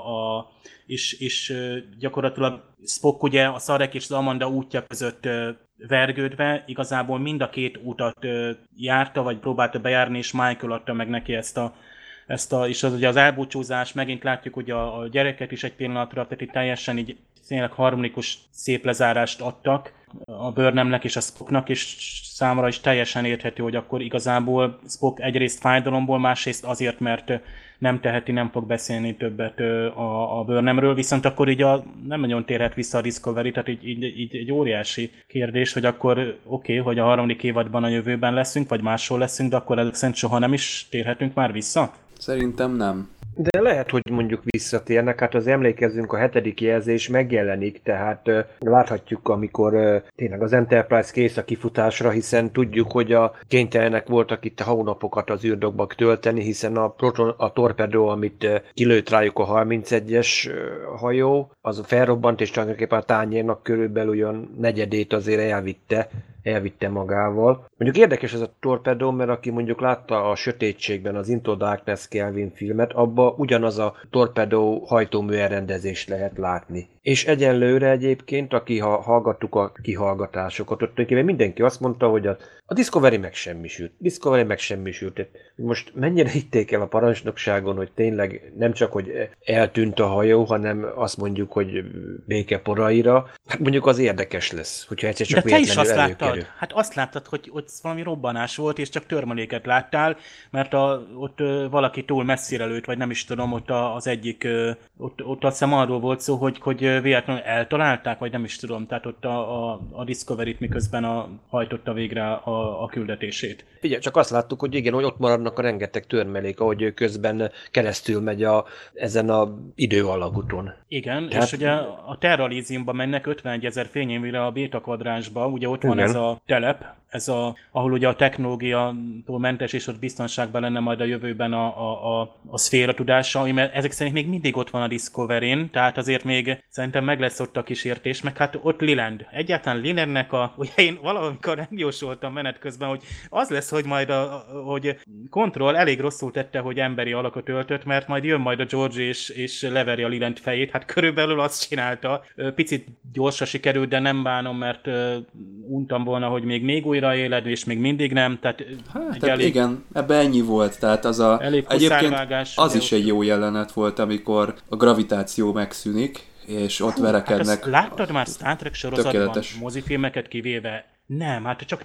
és gyakorlatilag Spock ugye a Sarek és az Amanda útja között vergődve, igazából mind a két utat járta, vagy próbálta bejárni, és Michael adta meg neki ezt a és az ugye az elbúcsúzás, megint látjuk, hogy a gyereket is egy pillanatra, tehát itt teljesen így tényleg harmonikus szép lezárást adtak a Burnhamnek és a Spocknak, és számomra is teljesen érthető, hogy akkor igazából Spock egyrészt fájdalomból, másrészt azért, mert nem teheti, nem fog beszélni többet a Burnhamről, viszont akkor így nem nagyon térhet vissza a Discovery, tehát így egy óriási kérdés, hogy akkor oké, hogy a harmadik évadban a jövőben leszünk, vagy máshol leszünk, de akkor ezek szerint soha nem is térhetünk már vissza? Szerintem nem. De lehet, hogy mondjuk visszatérnek, hát az emlékezzünk, a 7. jelzés megjelenik, tehát láthatjuk, amikor tényleg az Enterprise kész a kifutásra, hiszen tudjuk, hogy a kénytelenek voltak itt a hónapokat az űrdokba tölteni, hiszen a torpedó, amit kilőtt rájuk a 31-es hajó, az felrobbant, és tulajdonképpen a tányérnak körülbelül olyan negyedét azért elvitte magával. Mondjuk érdekes ez a torpedó, mert aki mondjuk látta a Sötétségben az Into Darkness Kelvin filmet, abba ugyanaz a torpedó hajtómű elrendezést lehet látni. És egyenlőre egyébként, aki hallgattuk a kihallgatásokat, ott tulajdonképpen mindenki azt mondta, hogy a Discovery megsemmisült. Most mennyire hitték el a parancsnokságon, hogy tényleg nem csak, hogy eltűnt a hajó, hanem azt mondjuk, hogy békeporaira. Hát mondjuk az érdekes lesz, hogyha egyszer csak véletlenül előkerül. Hát azt láttad, hogy ott valami robbanás volt, és csak törmeléket láttál, mert ott valaki túl messzire lőtt, vagy nem is tudom, ott az egyik, ott azt hiszem arról volt szó, hogy véletlenül eltalálták, vagy nem is tudom, tehát ott a Discovery-t miközben hajtotta végre a küldetését. Figyelj, csak azt láttuk, hogy igen, hogy ott maradnak a rengeteg törmelék, ahogy közben keresztül megy ezen a időalagúton. Igen, tehát... és ugye a Terra Elysiumba mennek 51 000 fényévre a Béta kvadránsba, ugye ott van ez a telep, ahol ugye a technológiától mentes és ott biztonságban lenne majd a jövőben a szféra tudása, mert ezek szerint még mindig ott van a Discovery-n, tehát azért még szerintem meg lesz ott a kísértés, meg hát ott Leland. Egyáltalán Lelandnek ugye én valamikor nem jósoltam menet közben, hogy az lesz, hogy majd hogy Control elég rosszul tette, hogy emberi alakot öltött, mert majd jön majd a George és leveri a Leland fejét, hát körülbelül azt csinálta. Picit gyorsa sikerült, de nem bánom, mert untam volna, hogy még újra éled, és még mindig nem. Tehát igen, ebben ennyi volt. Tehát egyébként az is egy jó jelenet volt, amikor a gravitáció megszűnik, és ott verekednek. Hát láttad már Star Trek sorozatban, mozifilmeket kivéve? Nem, hát csak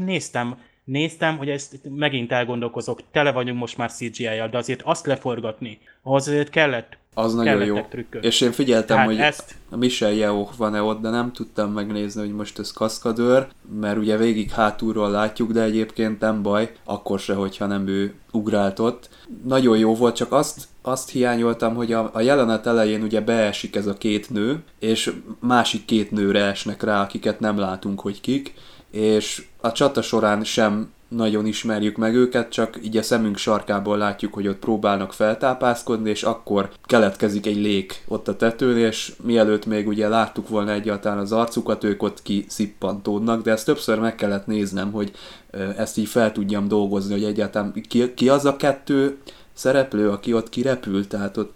néztem, hogy ezt megint elgondolkozok, tele vagyunk most már CGI-jal, de azért azt leforgatni, ahhoz azért kellett. Az nagyon jó. Trükköt. És én figyeltem, hogy a Michelle Yeoh van-e ott, de nem tudtam megnézni, hogy most ez kaszkadőr, mert ugye végig hátulról látjuk, de egyébként nem baj, akkor se, hogyha nem ő ugrált ott. Nagyon jó volt, csak azt hiányoltam, hogy a jelenet elején ugye beesik ez a két nő, és másik két nőre esnek rá, akiket nem látunk, hogy kik, és a csata során sem nagyon ismerjük meg őket, csak így a szemünk sarkából látjuk, hogy ott próbálnak feltápászkodni, és akkor keletkezik egy lék ott a tetőn, és mielőtt még ugye láttuk volna egyáltalán az arcukat, ők ott kiszippantódnak, de ezt többször meg kellett néznem, hogy ezt így fel tudjam dolgozni, hogy egyáltalán ki az a kettő szereplő, aki ott kirepül, tehát ott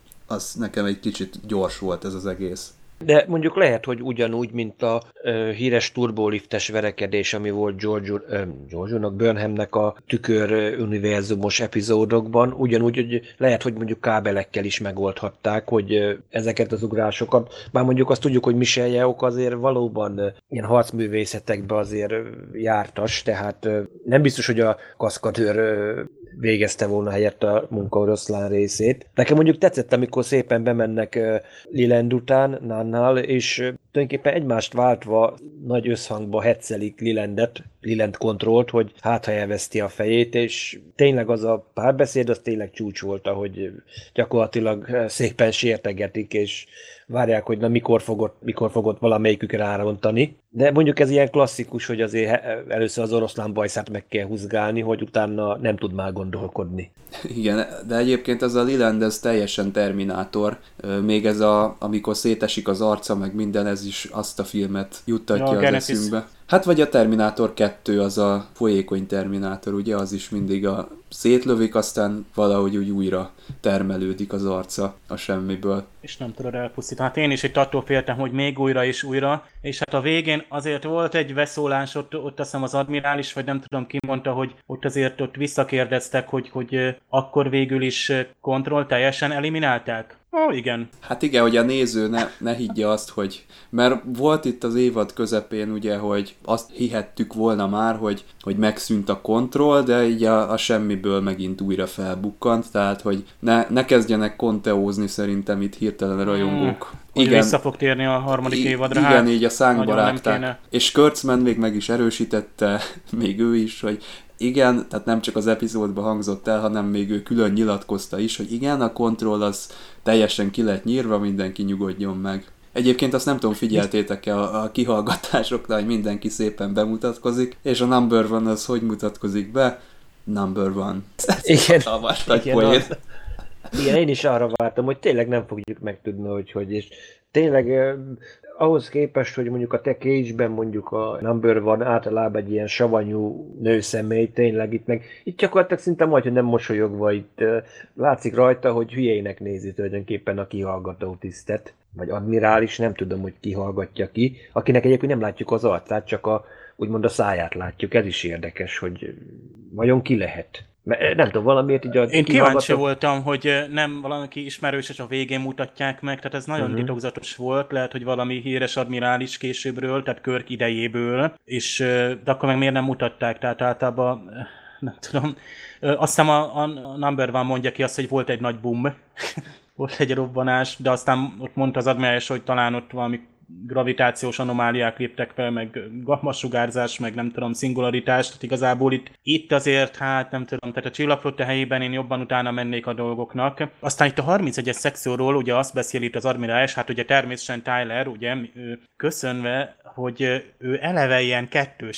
az nekem egy kicsit gyors volt ez az egész. De mondjuk lehet, hogy ugyanúgy, mint a híres turboliftes verekedés, ami volt George-nak, Burnhamnek a tükör univerzumos epizódokban, ugyanúgy, hogy lehet, hogy mondjuk kábelekkel is megoldhatták, hogy ezeket az ugrásokat, bár mondjuk azt tudjuk, hogy Michelle Yeoh azért valóban ilyen harcművészetekben azért jártas, tehát nem biztos, hogy a kaszkadőr végezte volna helyett a munkaoroszlán részét. Nekem mondjuk tetszett, amikor szépen bemennek Leland után, Nannal, és tulajdonképpen egymást váltva nagy összhangba hetszelik Leland kontrollt, hogy hát ha elveszti a fejét, és tényleg az a párbeszéd, az tényleg csúcs volt, ahogy gyakorlatilag szépen sértegetik, és várják, hogy na mikor fogod valamelyikük rárontani. De mondjuk ez ilyen klasszikus, hogy azért először az oroszlán bajszát meg kell húzgálni, hogy utána nem tud már gondolkodni. Igen, de egyébként ez a Leland, ez teljesen Terminátor. Még ez amikor szétesik az arca, meg minden, ez is azt a filmet juttatja az eszünkbe. Hát vagy a Terminátor 2, az a folyékony Terminátor, ugye, az is mindig szétlövik, aztán valahogy úgy újra termelődik az arca a semmiből. És nem tudod elpusztítani. Hát én is itt attól féltem, hogy még újra és újra, és hát a végén azért volt egy beszólás, ott azt hiszem az admirális, vagy nem tudom ki mondta, hogy ott azért ott visszakérdeztek, hogy akkor végül is Control teljesen eliminálták. Igen. Hát igen, hogy a néző ne higgye azt, hogy... Mert volt itt az évad közepén ugye, hogy azt hihettük volna már, hogy megszűnt a Control, de így a semmiből megint újra felbukkant, tehát hogy ne kezdjenek konteózni szerintem itt hirtelen rajongók. Hogy vissza fog térni a harmadik évadra. Igen, hát, így a szánkba rágták. És Kurtzman még meg is erősítette, még ő is, hogy igen, tehát nem csak az epizódban hangzott el, hanem még ő külön nyilatkozta is, hogy igen, a Control az teljesen ki lett nyírva, mindenki nyugodjon meg. Egyébként azt nem tudom, figyeltétek-e a kihallgatásoknál, hogy mindenki szépen bemutatkozik, és a Number One az hogy mutatkozik be? Number One. Igen, igen, én is arra vártam, hogy tényleg nem fogjuk megtudni, hogy és tényleg ahhoz képest, hogy mondjuk a Tech Age-ben mondjuk a Number One általában egy ilyen savanyú nőszemély, tényleg itt gyakorlatilag szinte majd, hogy nem mosolyogva, itt látszik rajta, hogy hülyének nézi tulajdonképpen a kihallgató tisztet, vagy admirális, nem tudom, hogy ki hallgatja ki, akinek egyébként nem látjuk az arcát, csak úgymond a száját látjuk, ez is érdekes, hogy vajon ki lehet. Nem tudom, valamiért így Én kíváncsi voltam, hogy nem valaki ismerős, és a végén mutatják meg, tehát ez nagyon titokzatos volt, lehet, hogy valami híres admirális későbbről, tehát Kirk idejéből, és de akkor meg miért nem mutatták, tehát általában nem tudom. Azt hiszem a Number One mondja ki azt, hogy volt egy nagy boom, volt egy robbanás, de aztán ott mondta az admirális, hogy talán ott valami gravitációs anomáliák léptek fel, meg gamma-sugárzás, meg nem tudom, szingularitás, tehát igazából itt azért, hát nem tudom, tehát a Csillagflotta helyében én jobban utána mennék a dolgoknak. Aztán itt a 31-es szekcióról ugye azt beszél itt az admirális, hát ugye természetesen Tyler, ugye köszönve, hogy ő eleve ilyen kettős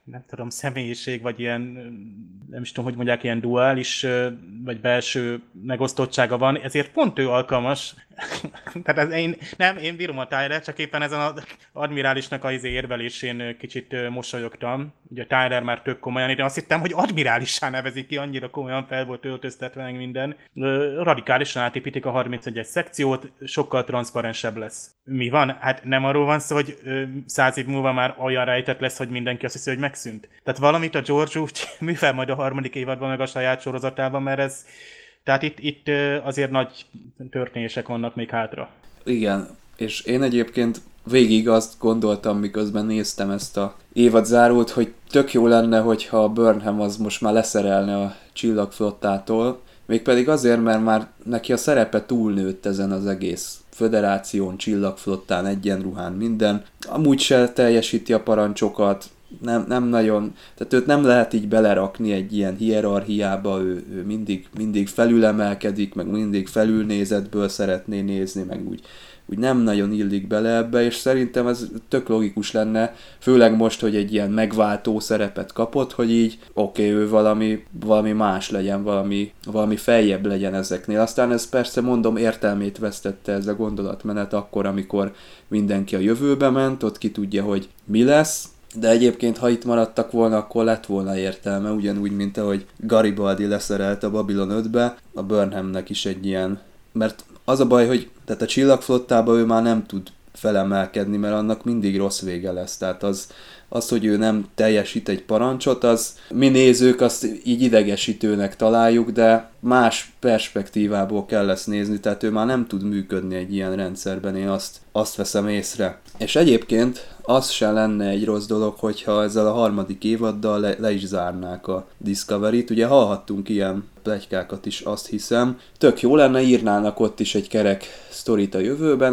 nem tudom, személyiség, vagy ilyen, nem is tudom, hogy mondják, ilyen duális, vagy belső megosztottsága van, ezért pont ő alkalmas. Tehát én bírom a Tyler, csak éppen ezen az admirálisnak az érvelésén kicsit mosolyogtam. Ugye a Tyler már tök komolyan, de azt hittem, hogy admirálissá nevezik ki, annyira komolyan fel volt öltöztetve meg minden. Radikálisan átépítik a 31-es szekciót, sokkal transzparensebb lesz. Mi van? Hát nem arról van szó, hogy 100 év múlva már olyan rejtett lesz, hogy mindenki azt hiszi, hogy megszűnt. Tehát valamit a George úgy művel majd a 3. évadban, meg a saját sorozatában, mert ez... Tehát itt azért nagy történések vannak még hátra. Igen, és én egyébként végig azt gondoltam, miközben néztem ezt a évadzárót, hogy tök jó lenne, hogyha a Burnham az most már leszerelne a Csillagflottától, mégpedig azért, mert már neki a szerepe túlnőtt ezen az egész föderáción, Csillagflottán, egyenruhán, minden. Amúgy se teljesíti a parancsokat, nem nagyon, tehát őt nem lehet így belerakni egy ilyen hierarchiába, ő mindig felülemelkedik, meg mindig felülnézetből szeretné nézni, meg úgy nem nagyon illik bele ebbe, és szerintem ez tök logikus lenne, főleg most, hogy egy ilyen megváltó szerepet kapott, hogy így ő valami más legyen, valami feljebb legyen ezeknél. Aztán ez persze mondom értelmét vesztette ez a gondolatmenet akkor, amikor mindenki a jövőbe ment, ott ki tudja, hogy mi lesz, de egyébként, ha itt maradtak volna, akkor lett volna értelme, ugyanúgy, mint ahogy Garibaldi leszerelt a Babylon 5-be, a Burnhamnek is egy ilyen, mert az a baj, hogy tehát a Csillagflottában ő már nem tud felemelkedni, mert annak mindig rossz vége lesz, tehát az, hogy ő nem teljesít egy parancsot, az mi nézők azt így idegesítőnek találjuk, de más perspektívából kell ezt nézni, tehát ő már nem tud működni egy ilyen rendszerben, én azt veszem észre. És egyébként az se lenne egy rossz dolog, hogyha ezzel a 3. évaddal le is zárnák a Discovery-t. Ugye hallhattunk ilyen pletykákat is, azt hiszem. Tök jó lenne, írnának ott is egy kerek sztorit a jövőben,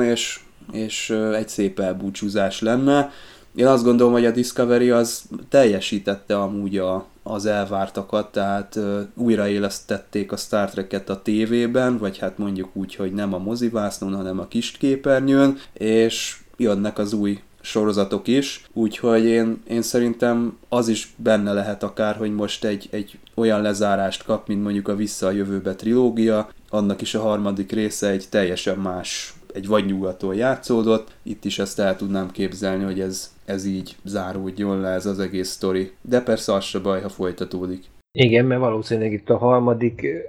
és egy szép elbúcsúzás lenne. Én azt gondolom, hogy a Discovery az teljesítette amúgy az elvártakat, tehát újraélesztették a Star Trek-et a tévében, vagy hát mondjuk úgy, hogy nem a mozivásznon, hanem a kisképernyőn, és jönnek az új sorozatok is, úgyhogy én szerintem az is benne lehet akár, hogy most egy olyan lezárást kap, mint mondjuk a Vissza a jövőbe trilógia, annak is a 3. része egy teljesen más, egy vadnyugaton játszódott, itt is ezt el tudnám képzelni, hogy ez így záródjon le ez az egész sztori, de persze az se baj, ha folytatódik. Igen, mert valószínűleg itt a 3.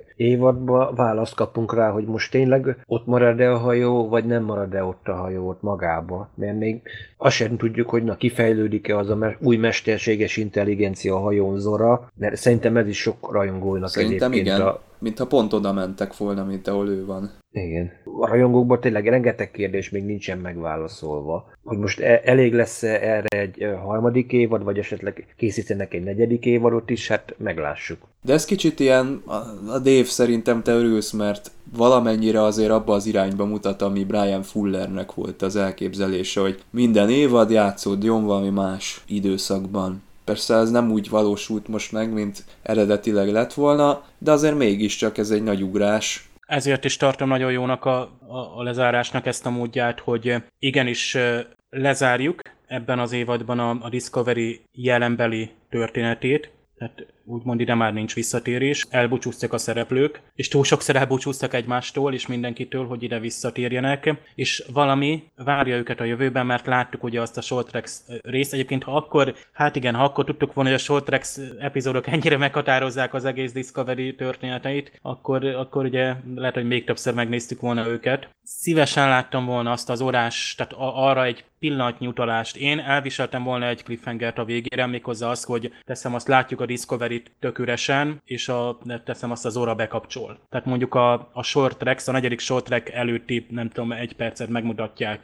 évadban választ kapunk rá, hogy most tényleg ott marad-e a hajó, vagy nem marad-e ott a hajó ott magába. Mert még azt sem tudjuk, hogy kifejlődik-e az a új mesterséges intelligencia a hajón Zora, mert szerintem ez is sok rajongónak szerintem egyébként. Igen, mintha pont oda mentek volna, mint ahol ő van. Igen. A rajongókban tényleg rengeteg kérdés még nincsen megválaszolva. Hogy most elég lesz erre egy 3. évad, vagy esetleg készítenek egy 4. évadot is, hát meglássuk. De ez kicsit ilyen, a Dave szerintem te örülsz, mert valamennyire azért abba az irányba mutat, ami Brian Fullernek volt az elképzelése, hogy minden évad játszódjon valami más időszakban. Persze ez nem úgy valósult most meg, mint eredetileg lett volna, de azért mégiscsak ez egy nagy ugrás. Ezért is tartom nagyon jónak a lezárásnak ezt a módját, hogy igenis lezárjuk ebben az évadban a Discovery jelenbeli történetét, tehát úgymond ide már nincs visszatérés, elbúcsúztak a szereplők, és túl sokszor elbúcsúztak egymástól és mindenkitől, hogy ide visszatérjenek, és valami várja őket a jövőben, mert láttuk ugye azt a Short Tracks részt. Egyébként ha akkor tudtuk volna, hogy a Short Tracks epizódok ennyire meghatározzák az egész Discovery történeteit, akkor ugye lehet, hogy még többször megnéztük volna őket. Szívesen láttam volna azt az órás, tehát arra egy pillanatnyi utalást. Én elviseltem volna egy cliffhangert a végére, méghozzá azt, hogy teszem azt látjuk a Discovery-t tök üresen, és teszem azt az óra bekapcsol. Tehát mondjuk a Short Tracks, a 4. Short Track előtti, nem tudom, 1 percet megmutatják,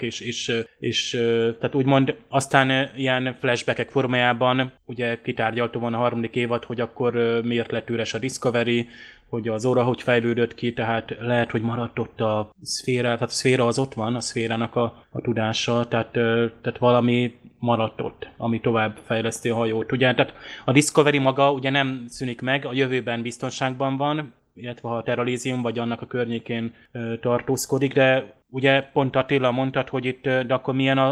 és tehát úgymond aztán ilyen flashbackek formájában ugye kitárgyalta volna a 3. évad, hogy akkor miért lett üres a Discovery, hogy az óra hogy fejlődött ki, tehát lehet, hogy maradt ott a szféra, tehát a szféra az ott van, a szférának a tudása, tehát valami maradt ott, ami tovább fejleszti a hajót. Ugye, tehát a Discovery maga ugye nem szűnik meg, a jövőben biztonságban van, illetve ha a Terralézium vagy annak a környékén tartózkodik, de ugye pont Attila mondtad, hogy itt, de akkor milyen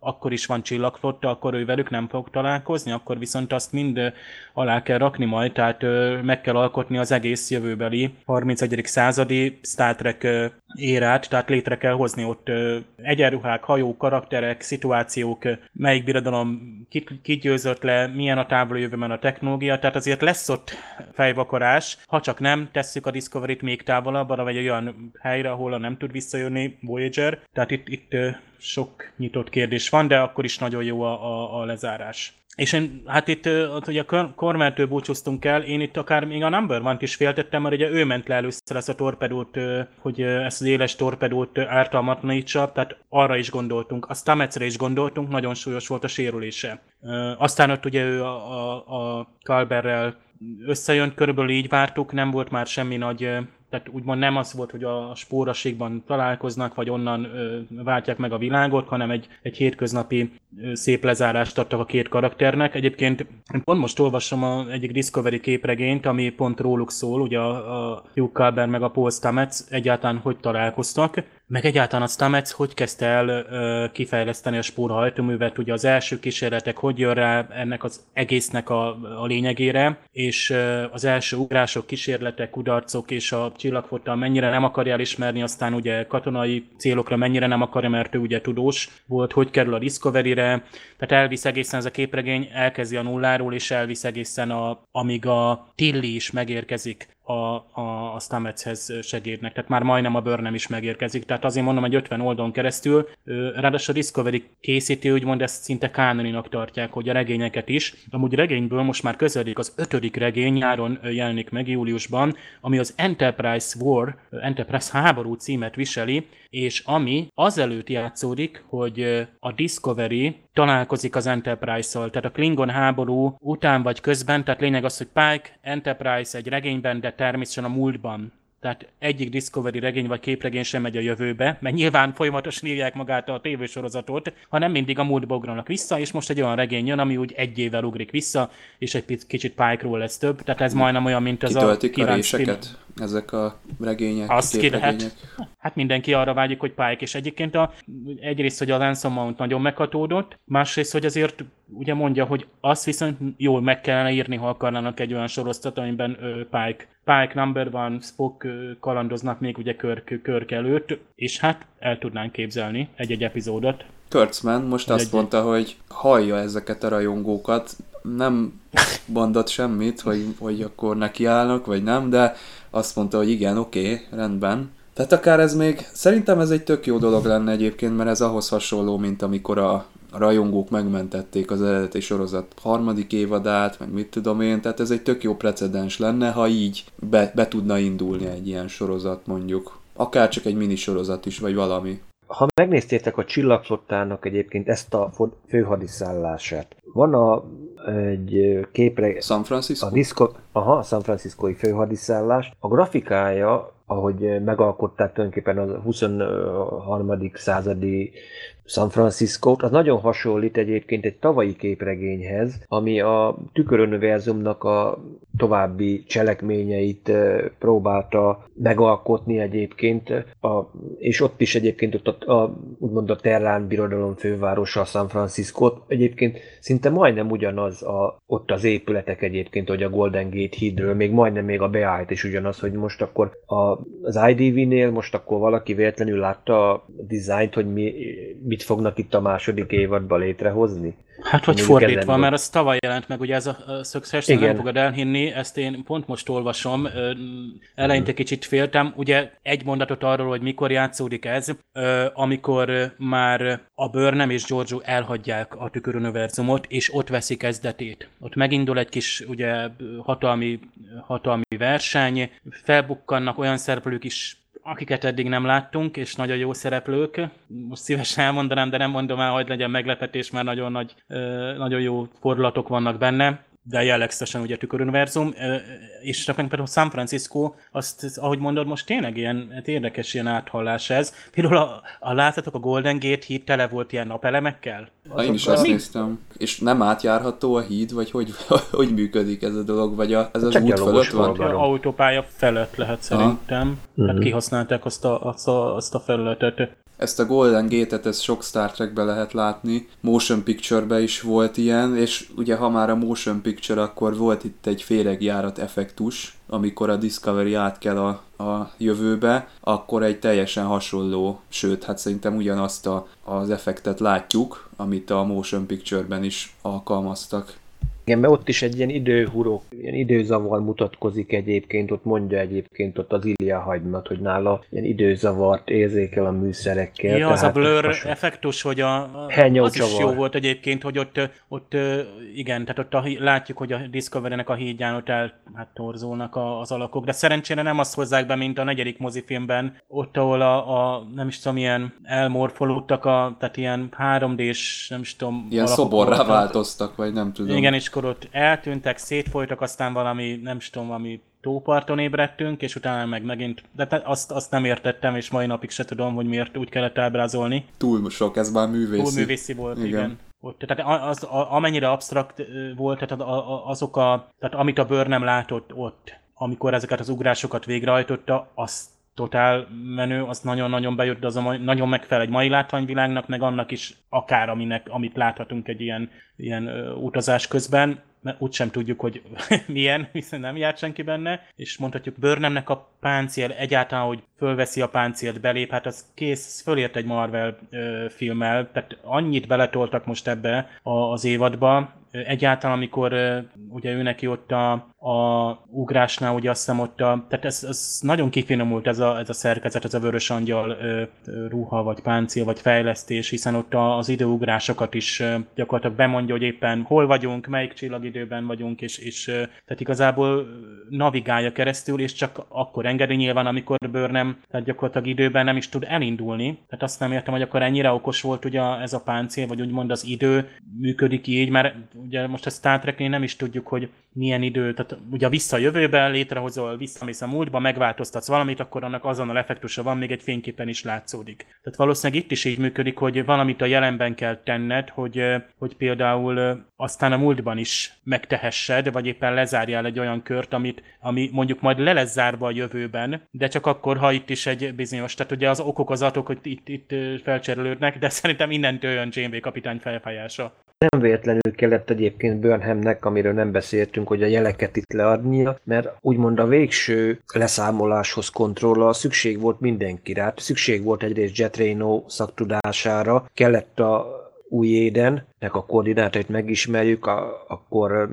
akkor is van csillagflotta, akkor ő velük nem fog találkozni, akkor viszont azt mind alá kell rakni majd, tehát meg kell alkotni az egész jövőbeli 31. századi Star Trek érát, tehát létre kell hozni ott egyenruhák, hajók, karakterek, szituációk, melyik birodalom kit győzött le, milyen a távoli jövőben a technológia, tehát azért lesz ott fejvakarás, ha csak nem tesszük a Discovery-t még távolabb, arra vagy olyan helyre, ahol nem tud visszajönni Voyager, tehát itt sok nyitott kérdés van, de akkor is nagyon jó a lezárás. És én, hát itt ugye a Cormeltől búcsúztunk el, én itt akár még a Number One-t is féltettem, mert ugye ő ment le először ezt a torpedót, hogy ezt az éles torpedót ártalmatlanítsa, tehát arra is gondoltunk. A Stametsre is gondoltunk, nagyon súlyos volt a sérülése. Aztán ott ugye ő a Culberrel összejön, körülbelül így vártuk, nem volt már semmi nagy, tehát úgymond nem az volt, hogy a spóraségban találkoznak, vagy onnan váltják meg a világot, hanem egy hétköznapi szép lezárást adtak a két karakternek. Egyébként pont most olvasom egyik Discovery képregényt, ami pont róluk szól, ugye a Hugh Culber meg a Paul Stamets egyáltalán hogy találkoztak, meg egyáltalán a Stamets hogy kezdte el kifejleszteni a spórahajtóművet, ugye az első kísérletek hogy jön rá ennek az egésznek a lényegére, és az első ugrások, kísérletek, kudarcok és a csillagflotta mennyire nem akarja elismerni, aztán ugye katonai célokra mennyire nem akarja, mert ő ugye tudós volt, hogy kerül a Discovery-re, tehát elvisz egészen ez a képregény, elkezdi a nulláról, és elvisz egészen amíg a Tilly is megérkezik a Stametshez segédnek, tehát már majdnem a Burnham is megérkezik, tehát azért mondom, hogy 50 oldalon keresztül, ráadásul a Discovery készítő úgymond ezt szinte kánoninak tartják, hogy a regényeket is, amúgy regényből most már közeledik az 5. regény, nyáron jelenik meg júliusban, ami az Enterprise War, Enterprise háború címet viseli, és ami azelőtt játszódik, hogy a Discovery találkozik az Enterprise-szal, tehát a Klingon háború után vagy közben, tehát lényeg az, hogy Pike, Enterprise egy regényben, de természetesen a múltban. Tehát egyik Discovery regény vagy képregény sem megy a jövőbe, mert nyilván folyamatosan írják magát a tévésorozatot, hanem mindig a múltba ugranak vissza, és most egy olyan regény jön, ami úgy egy évvel ugrik vissza, és egy kicsit Pike-ról lesz több. Tehát ez majdnem olyan, mint az kitöltik a réseket, ezek a regények, azt ki lehet. Hát mindenki arra vágyik, hogy Pike, és egyébként egyrészt, hogy a Ransom Mount nagyon meghatódott, másrészt, hogy azért ugye mondja, hogy azt viszont jól meg kellene írni, ha akarnának egy olyan sorozatot, amiben Pike, Number One, Spock kalandoznak még ugye Kirk előtt, és hát el tudnánk képzelni egy epizódot. Kurtzman most azt mondta, hogy hallja ezeket a rajongókat, nem mondott semmit, hogy akkor nekiállnak, vagy nem, de azt mondta, hogy igen, oké, rendben. Tehát akár ez még, szerintem ez egy tök jó dolog lenne egyébként, mert ez ahhoz hasonló, mint amikor a rajongók megmentették az eredeti sorozat 3. évadát, meg mit tudom én, tehát ez egy tök jó precedens lenne, ha így be tudna indulni egy ilyen sorozat mondjuk. Akár csak egy minisorozat is, vagy valami. Ha megnéztétek a Csillagflottának egyébként ezt a főhadiszállását, van egy képre... San Francisco? A San Franciscói főhadiszállás. A grafikája, ahogy megalkották tulajdonképpen a 23. századi San Franciscót, az nagyon hasonlít egyébként egy tavalyi képregényhez, ami a Tüköruniverzumnak a további cselekményeit próbálta megalkotni egyébként, és ott is egyébként úgymond a Terrán birodalom fővárosa, San Franciscót, egyébként szinte majdnem ugyanaz ott az épületek egyébként, hogy a Golden Gate hídről, még a beállt is ugyanaz, hogy most akkor az IDV-nél most akkor valaki véletlenül látta a dizájnt, hogy mit fognak itt a második évadban létrehozni? Hát vagy fordítva, mert az tavaly jelent meg, ugye ez a Succession, nem fogod elhinni, ezt én pont most olvasom, eleinte kicsit féltem, ugye egy mondatot arról, hogy mikor játszódik ez, amikor már a Burnham és Georgiou elhagyják a Tüköruniverzumot, és ott veszi kezdetét. Ott megindul egy kis ugye hatalmi verseny, felbukkannak olyan szereplők is, akiket eddig nem láttunk, és nagyon jó szereplők. Most szívesen elmondanám, de nem mondom el, hogy legyen meglepetés, mert nagyon jó fordulatok vannak benne, de jellegzetesen ugye Tüköruniverzum, és például San Francisco, azt, ahogy mondod, most tényleg ilyen hát érdekes ilyen áthallás ez. Például láthatok, a Golden Gate híd tele volt ilyen napelemekkel. Én is azt néztem. És nem átjárható a híd, vagy hogy működik ez a dolog, vagy ez az út fölött van? Az autópálya felett lehet szerintem. Tehát kihasználták azt a felületet. Ezt a Golden Gate-et, ezt sok Star Trekben lehet látni, motion picture-ben is volt ilyen, és ugye ha már a motion picture, akkor volt itt egy féregjárat effektus, amikor a Discovery átkel a jövőbe, akkor egy teljesen hasonló, sőt, hát szerintem ugyanazt az effektet látjuk, amit a motion picture-ben is alkalmaztak. Igen, mert ott is egy ilyen időhurok, ilyen időzavar mutatkozik egyébként, ott mondja egyébként ott az Ilya Hagynat, hogy nála ilyen időzavart érzékel a műszerekkel. Ja, az a blur effektus, hogy az is jó volt egyébként, hogy ott igen, tehát ott látjuk, hogy a Discovery-nek a hídján ott torzulnak az alakok, de szerencsére nem azt hozzák be, mint a 4. mozifilmben, ott, ahol nem is tudom, ilyen elmorfolódtak, tehát ilyen 3D-s, nem is tudom, ilyen szoborrá változtak, vagy nem tudom. Igen, és akkor ott eltűntek, szétfolytak, aztán valami, nem is tudom, valami tóparton ébredtünk, és utána megint, de azt nem értettem, és mai napig se tudom, hogy miért úgy kellett ábrázolni. Túl sok, ez már művészi. Túl művészi volt, igen. Ott, tehát amennyire absztrakt volt, tehát tehát amit a bőr nem látott ott, amikor ezeket az ugrásokat végrehajtotta, az totál menő, az nagyon-nagyon bejött, de az nagyon megfelel egy mai látványvilágnak, meg annak is akár amit láthatunk egy ilyen utazás közben, mert úgysem tudjuk, hogy milyen, hiszen nem járt senki benne, és mondhatjuk Burnhamnek a páncél, egyáltalán, hogy fölveszi a páncélt, belép, hát az kész, fölért egy Marvel filmmel, tehát annyit beletoltak most ebbe az évadba, egyáltalán, amikor ugye ő neki ott a ugrásnál, ugye azt hiszem ott tehát ez nagyon kifinomult ez a szerkezet, ez a vörös angyal ruha, vagy páncél, vagy fejlesztés, hiszen ott az időugrásokat is gyakorlatilag bemondja, hogy éppen hol vagyunk, melyik csillagidőben vagyunk, és tehát igazából navigálja keresztül, és csak akkor engedi nyilván, amikor Burnham, tehát gyakorlatilag időben nem is tud elindulni. Tehát azt nem értem, hogy akkor ennyire okos volt ugye ez a páncél, vagy úgymond az idő működik így, mert ugye most a Star Treknél nem is tudjuk, hogy milyen idő, tehát ugye vissza a jövőben létrehozol, visszamész a múltba, megváltoztatsz valamit, akkor annak azonnal effektusa van, még egy fényképen is látszódik. Tehát valószínűleg itt is így működik, hogy valamit a jelenben kell tenned, hogy például aztán a múltban is megtehessed, vagy éppen lezárjál egy olyan kört, ami mondjuk majd le lesz zárva a jövőben, de csak akkor, ha itt is egy bizonyos, tehát ugye az okokozatok, hogy itt felcserélődnek, de szerintem innentől jön Janeway kapitány felfájása. Nem véletlenül kellett egyébként Burnhamnek, amiről nem beszéltünk, hogy a jeleket itt leadnia, mert úgymond a végső leszámoláshoz kontrollal szükség volt mindenkire. Hát szükség volt egyrészt Jet Reno szaktudására, kellett a új Édennek a koordinátait megismerjük, akkor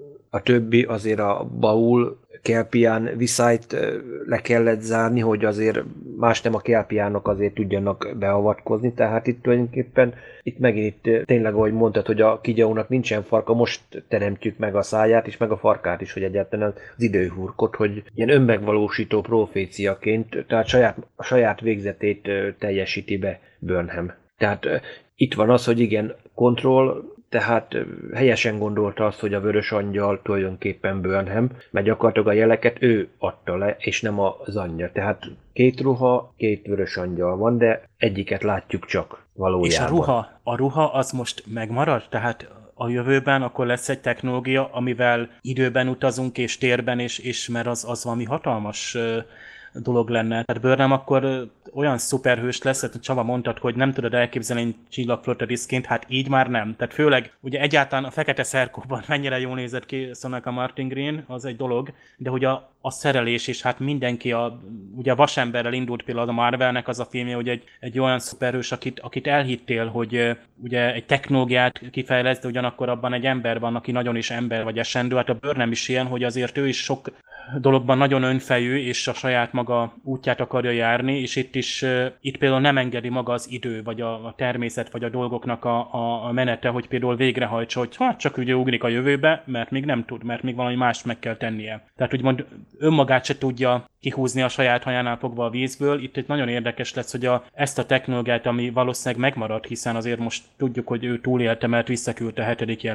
a többi azért a Baul Kelpián viszályt le kellett zárni, hogy azért más nem a Kelpiánok azért tudjanak beavatkozni, tehát itt tulajdonképpen megint tényleg, ahogy mondtad, hogy a Kigyaunak nincsen farka, most teremtjük meg a száját és meg a farkát is, hogy egyáltalán az időhurkot, hogy ilyen önmegvalósító proféciaként, tehát a saját végzetét teljesíti be Burnham. Tehát itt van az, hogy igen, kontroll, tehát helyesen gondolta azt, hogy a vörös angyal tulajdonképpen Burnham, mert gyakorlatilag a jeleket ő adta le, és nem az anyja. Tehát 2 ruha, 2 vörös angyal van, de egyiket látjuk csak valójában. És a ruha az most megmarad? Tehát a jövőben akkor lesz egy technológia, amivel időben utazunk és térben, és mert az valami hatalmas dolog lenne. Tehát Burnham akkor olyan szuperhős lesz, hogy Csaba mondtad, hogy nem tudod elképzelni egy csillagflotta diszként, hát így már nem. Tehát főleg ugye egyáltalán a fekete szerkóban mennyire jól nézett ki Soneca Martin Green, az egy dolog, de hogy a szerelés is, hát mindenki ugye a Vasemberrel indult például a Marvelnek az a filmje, hogy egy olyan szuperhős, akit elhittél, hogy ugye egy technológiát kifejlesz, de ugyanakkor abban egy ember van, aki nagyon is ember vagy esendő. Hát a Burnham is ilyen, hogy azért ő is sok dologban nagyon önfejű, és a saját maga útját akarja járni, és itt például nem engedi maga az idő, vagy a természet, vagy a dolgoknak a menete, hogy például végrehajtsa, hogy csak ugye ugrik a jövőbe, mert még nem tud, mert még valami mást meg kell tennie. Tehát úgymond önmagát se tudja kihúzni a saját hajánál fogva a vízből. Itt egy nagyon érdekes lesz, hogy ezt a technológiát, ami valószínűleg megmarad, hiszen azért most tudjuk, hogy ő túlélte, mert visszaküldte a 7. jelet,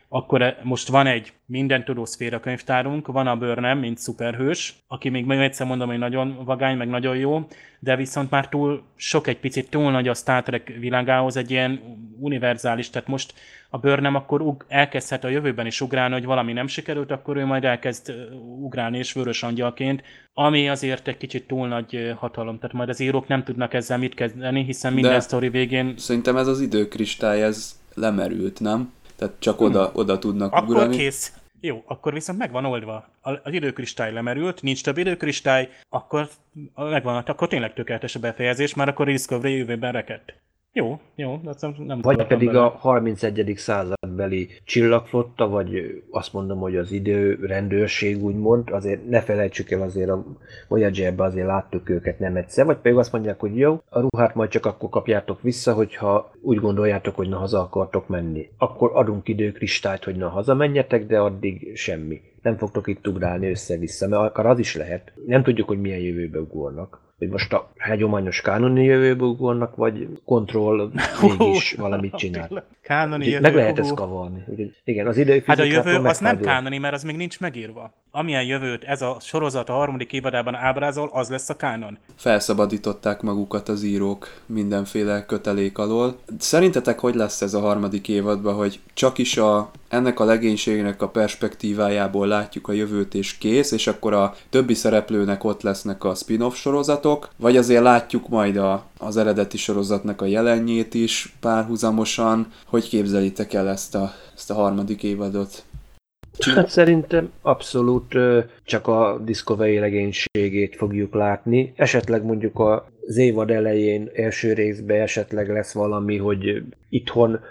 akkor most van egy mindentudó szféra könyvtárunk, van a Burnham, mint szuperhős, aki még egyszer mondom, hogy nagyon vagány, meg nagyon jó, de viszont már túl sok, egy picit túl nagy a Star Trek világához, egy ilyen univerzális, tehát most a Burnham akkor elkezdhet a jövőben is ugrálni, hogy valami nem sikerült, akkor ő majd elkezd ugrálni és vörös angyalként, ami azért egy kicsit túl nagy hatalom, tehát majd az írók nem tudnak ezzel mit kezdeni, hiszen minden sztori végén... Szerintem ez az időkristály, ez lemerült, nem? Tehát csak oda tudnak akkor ugrani. Akkor kész. Jó, akkor viszont megvan oldva. Az időkristály lemerült, nincs több időkristály, akkor megvan, akkor tényleg tökéletes a befejezés, már akkor a Discovery jövőben rekedt. Jó, nem vagy pedig bele. a 31. századbeli csillagflotta, vagy azt mondom, hogy az időrendőrség úgymond, azért ne felejtsük el, azért a Voyager-ben azért láttuk őket nem egyszer, vagy pedig azt mondják, hogy jó, a ruhát majd csak akkor kapjátok vissza, hogyha úgy gondoljátok, hogy na haza akartok menni. Akkor adunk időkristályt, hogy na haza menjetek, de addig semmi. Nem fogtok itt ugrálni össze-vissza, mert akár az is lehet. Nem tudjuk, hogy milyen jövőbe ugornak. Hogy most a hagyományos kánoni jövőbe ugornak, vagy kontroll mégis valamit csinál. Kánoni jövő. Meg lehet ezt kavarni. Igen, az időfizikáról hát a jövő az nem kánoni, mert az még nincs megírva. Amilyen jövőt ez a sorozat a 3. évadában ábrázol, az lesz a kánon. Felszabadították magukat az írók mindenféle kötelék alól. Szerintetek hogy lesz ez a 3. évadban, hogy csak is ennek a legénységnek a perspektívájából látjuk a jövőt és kész, és akkor a többi szereplőnek ott lesznek a spin-off sorozatok, vagy azért látjuk majd az eredeti sorozatnak a jelenjét is párhuzamosan. Hogy képzelitek el ezt a 3. évadot? Hát szerintem abszolút csak a Discovery legénységét fogjuk látni. Esetleg mondjuk az évad elején, első részben esetleg lesz valami, hogy itthon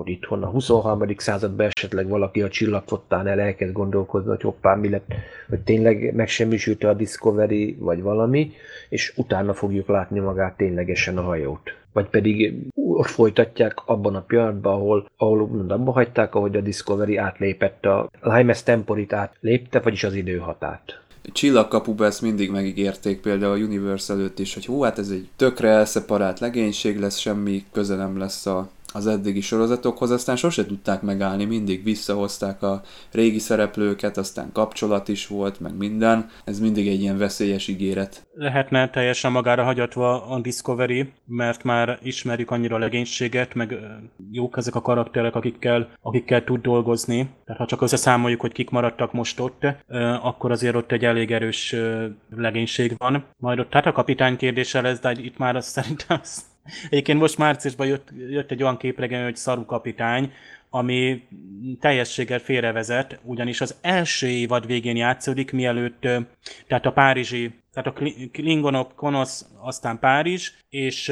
a 23. században esetleg valaki a csillagflottánál elkezd gondolkozni, hogy hoppá, mi lett, hogy tényleg megsemmisült a Discovery, vagy valami, és utána fogjuk látni magát ténylegesen a hajót. Vagy pedig ott folytatják abban a pillanatban, ahol abba hagyták, ahogy a Discovery átlépett a Limes Temporit átlépte, vagyis az időhatárt. Csillagkapuba ezt mindig megígérték, például a Universe előtt is, hogy hát ez egy tökre elszeparált legénység lesz, semmi köze nem lesz az eddigi sorozatokhoz, aztán sose tudták megállni, mindig visszahozták a régi szereplőket, aztán kapcsolat is volt, meg minden. Ez mindig egy ilyen veszélyes ígéret. Lehetne teljesen magára hagyatva a Discovery, mert már ismerjük annyira a legénységet, meg jók ezek a karakterek, akikkel tud dolgozni. Tehát ha csak összeszámoljuk, hogy kik maradtak most ott, akkor azért ott egy elég erős legénység van. Majd ott tehát a kapitány kérdése lesz, de itt már azt szerintem... Egyébként most márciusban jött egy olyan képregény, hogy Saru kapitány, ami teljességgel félrevezet, ugyanis az első évad végén játszódik, mielőtt, tehát a párizsi, tehát a klingonok, Konosz, aztán Párizs, és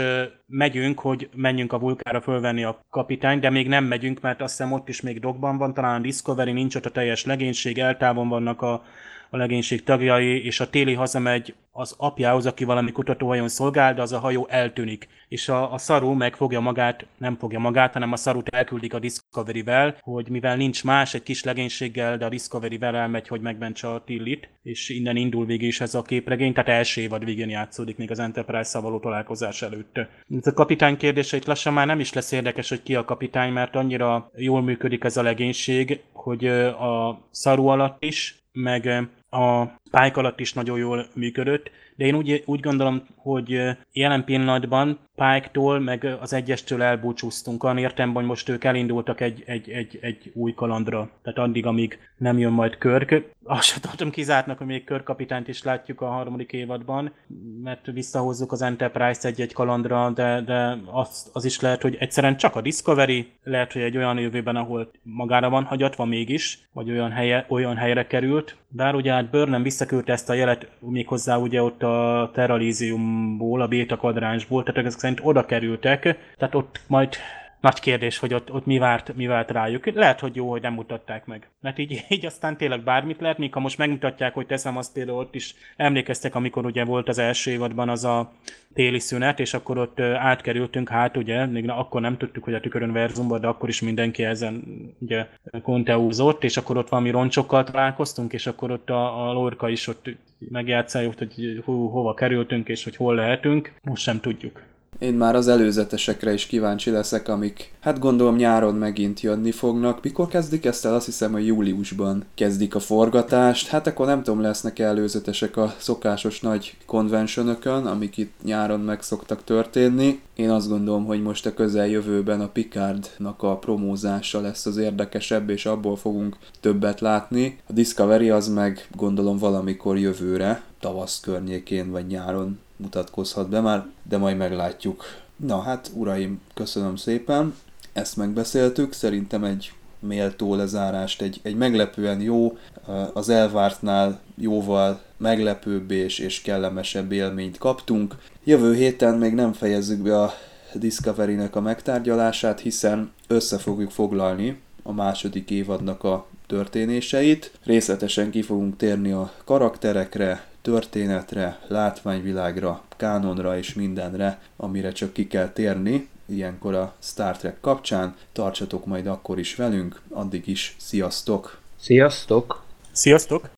menjünk a Vulkára fölvenni a kapitányt, de még nem megyünk, mert azt hiszem ott is még dokban van, talán a Discovery, nincs ott a teljes legénység, eltávon vannak a legénység tagjai, és a Téli hazamegy az apjához, aki valami kutatóhajón szolgál, de az a hajó eltűnik. És a Saru nem fogja magát, hanem a Sarut elküldik a Discovery-vel, hogy mivel nincs más, egy kis legénységgel, de a Discovery-vel elmegy, hogy megmentse a Tillit, és innen indul végig is ez a képregény, tehát első évad végén játszódik még az Enterprise-szal való találkozás előtt. Ez a kapitány kérdése itt lassan már nem is lesz érdekes, hogy ki a kapitány, mert annyira jól működik ez a legénység, hogy a Saru alatt is, meg a Pike alatt is nagyon jól működött, de én úgy gondolom, hogy jelen pillanatban Pike-tól meg az egyestől elbúcsúztunk, olyan értelemben, hogy most ők elindultak egy új kalandra, tehát addig, amíg nem jön majd Kirk. Azt sem tartom kizártnak, hogy még Kirk kapitányt is látjuk a 3. évadban, mert visszahozzuk az Enterprise egy kalandra, de az is lehet, hogy egyszerűen csak a Discovery, lehet, hogy egy olyan jövőben, ahol magára van hagyatva mégis, vagy olyan helyre került. Bár ugye hát Burnham visszaküldte ezt a jelet méghozzá ugye ott a Terralysiumból, a Beta kvadránsból, tehát ezek szerint oda kerültek, tehát ott majd nagy kérdés, hogy ott mi várt rájuk. Lehet, hogy jó, hogy nem mutatták meg. Mert így aztán tényleg bármit lehet, míg ha most megmutatják, hogy teszem azt például ott is emlékeztek, amikor ugye volt az első évadban az a téli szünet, és akkor ott átkerültünk, hát ugye, még akkor nem tudtuk, hogy a tükörönverzumban, de akkor is mindenki ezen ugye konteúzott, és akkor ott valami roncsokkal találkoztunk, és akkor ott a Lorca is ott megjátszáljuk, hogy hova kerültünk, és hogy hol lehetünk. Most sem tudjuk. Én már az előzetesekre is kíváncsi leszek, amik, hát gondolom nyáron megint jönni fognak. Mikor kezdik ezt el? Azt hiszem, hogy júliusban kezdik a forgatást. Hát akkor nem tudom, lesznek előzetesek a szokásos nagy conventionökön, amik itt nyáron meg szoktak történni. Én azt gondolom, hogy most a közeljövőben a Picardnak a promózása lesz az érdekesebb, és abból fogunk többet látni. A Discovery az meg gondolom valamikor jövőre, tavasz környékén vagy nyáron mutatkozhat be már, de majd meglátjuk. Na hát, uraim, köszönöm szépen, ezt megbeszéltük, szerintem egy méltó lezárást, egy meglepően jó, az elvártnál jóval meglepőbb és kellemesebb élményt kaptunk. Jövő héten még nem fejezzük be a Discovery-nek a megtárgyalását, hiszen össze fogjuk foglalni a második évadnak a történéseit. Részletesen ki fogunk térni a karakterekre, történetre, látványvilágra, kánonra és mindenre, amire csak ki kell térni, ilyenkor a Star Trek kapcsán. Tartsatok majd akkor is velünk, addig is sziasztok! Sziasztok! Sziasztok!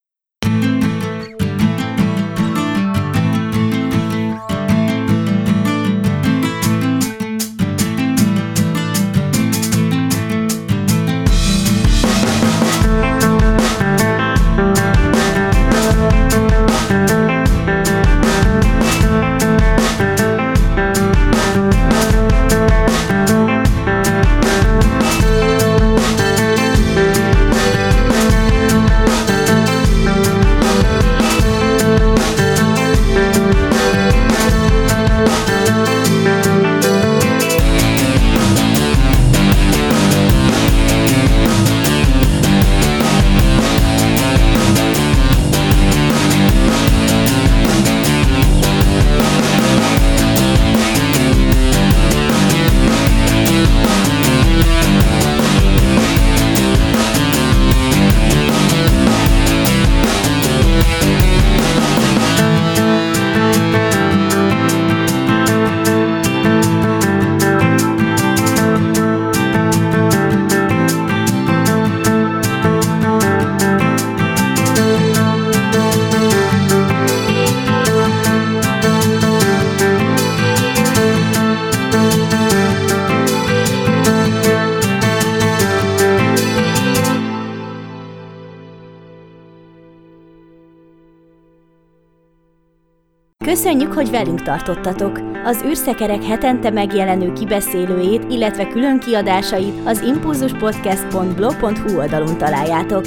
Köszönjük, hogy velünk tartottatok! Az űrszekerek hetente megjelenő kibeszélőjét, illetve külön kiadásait az impulzuspodcast.blog.hu oldalon találjátok.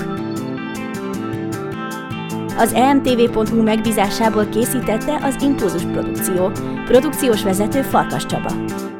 Az emtv.hu megbízásából készítette az Impulzus Produkció. Produkciós vezető Farkas Csaba.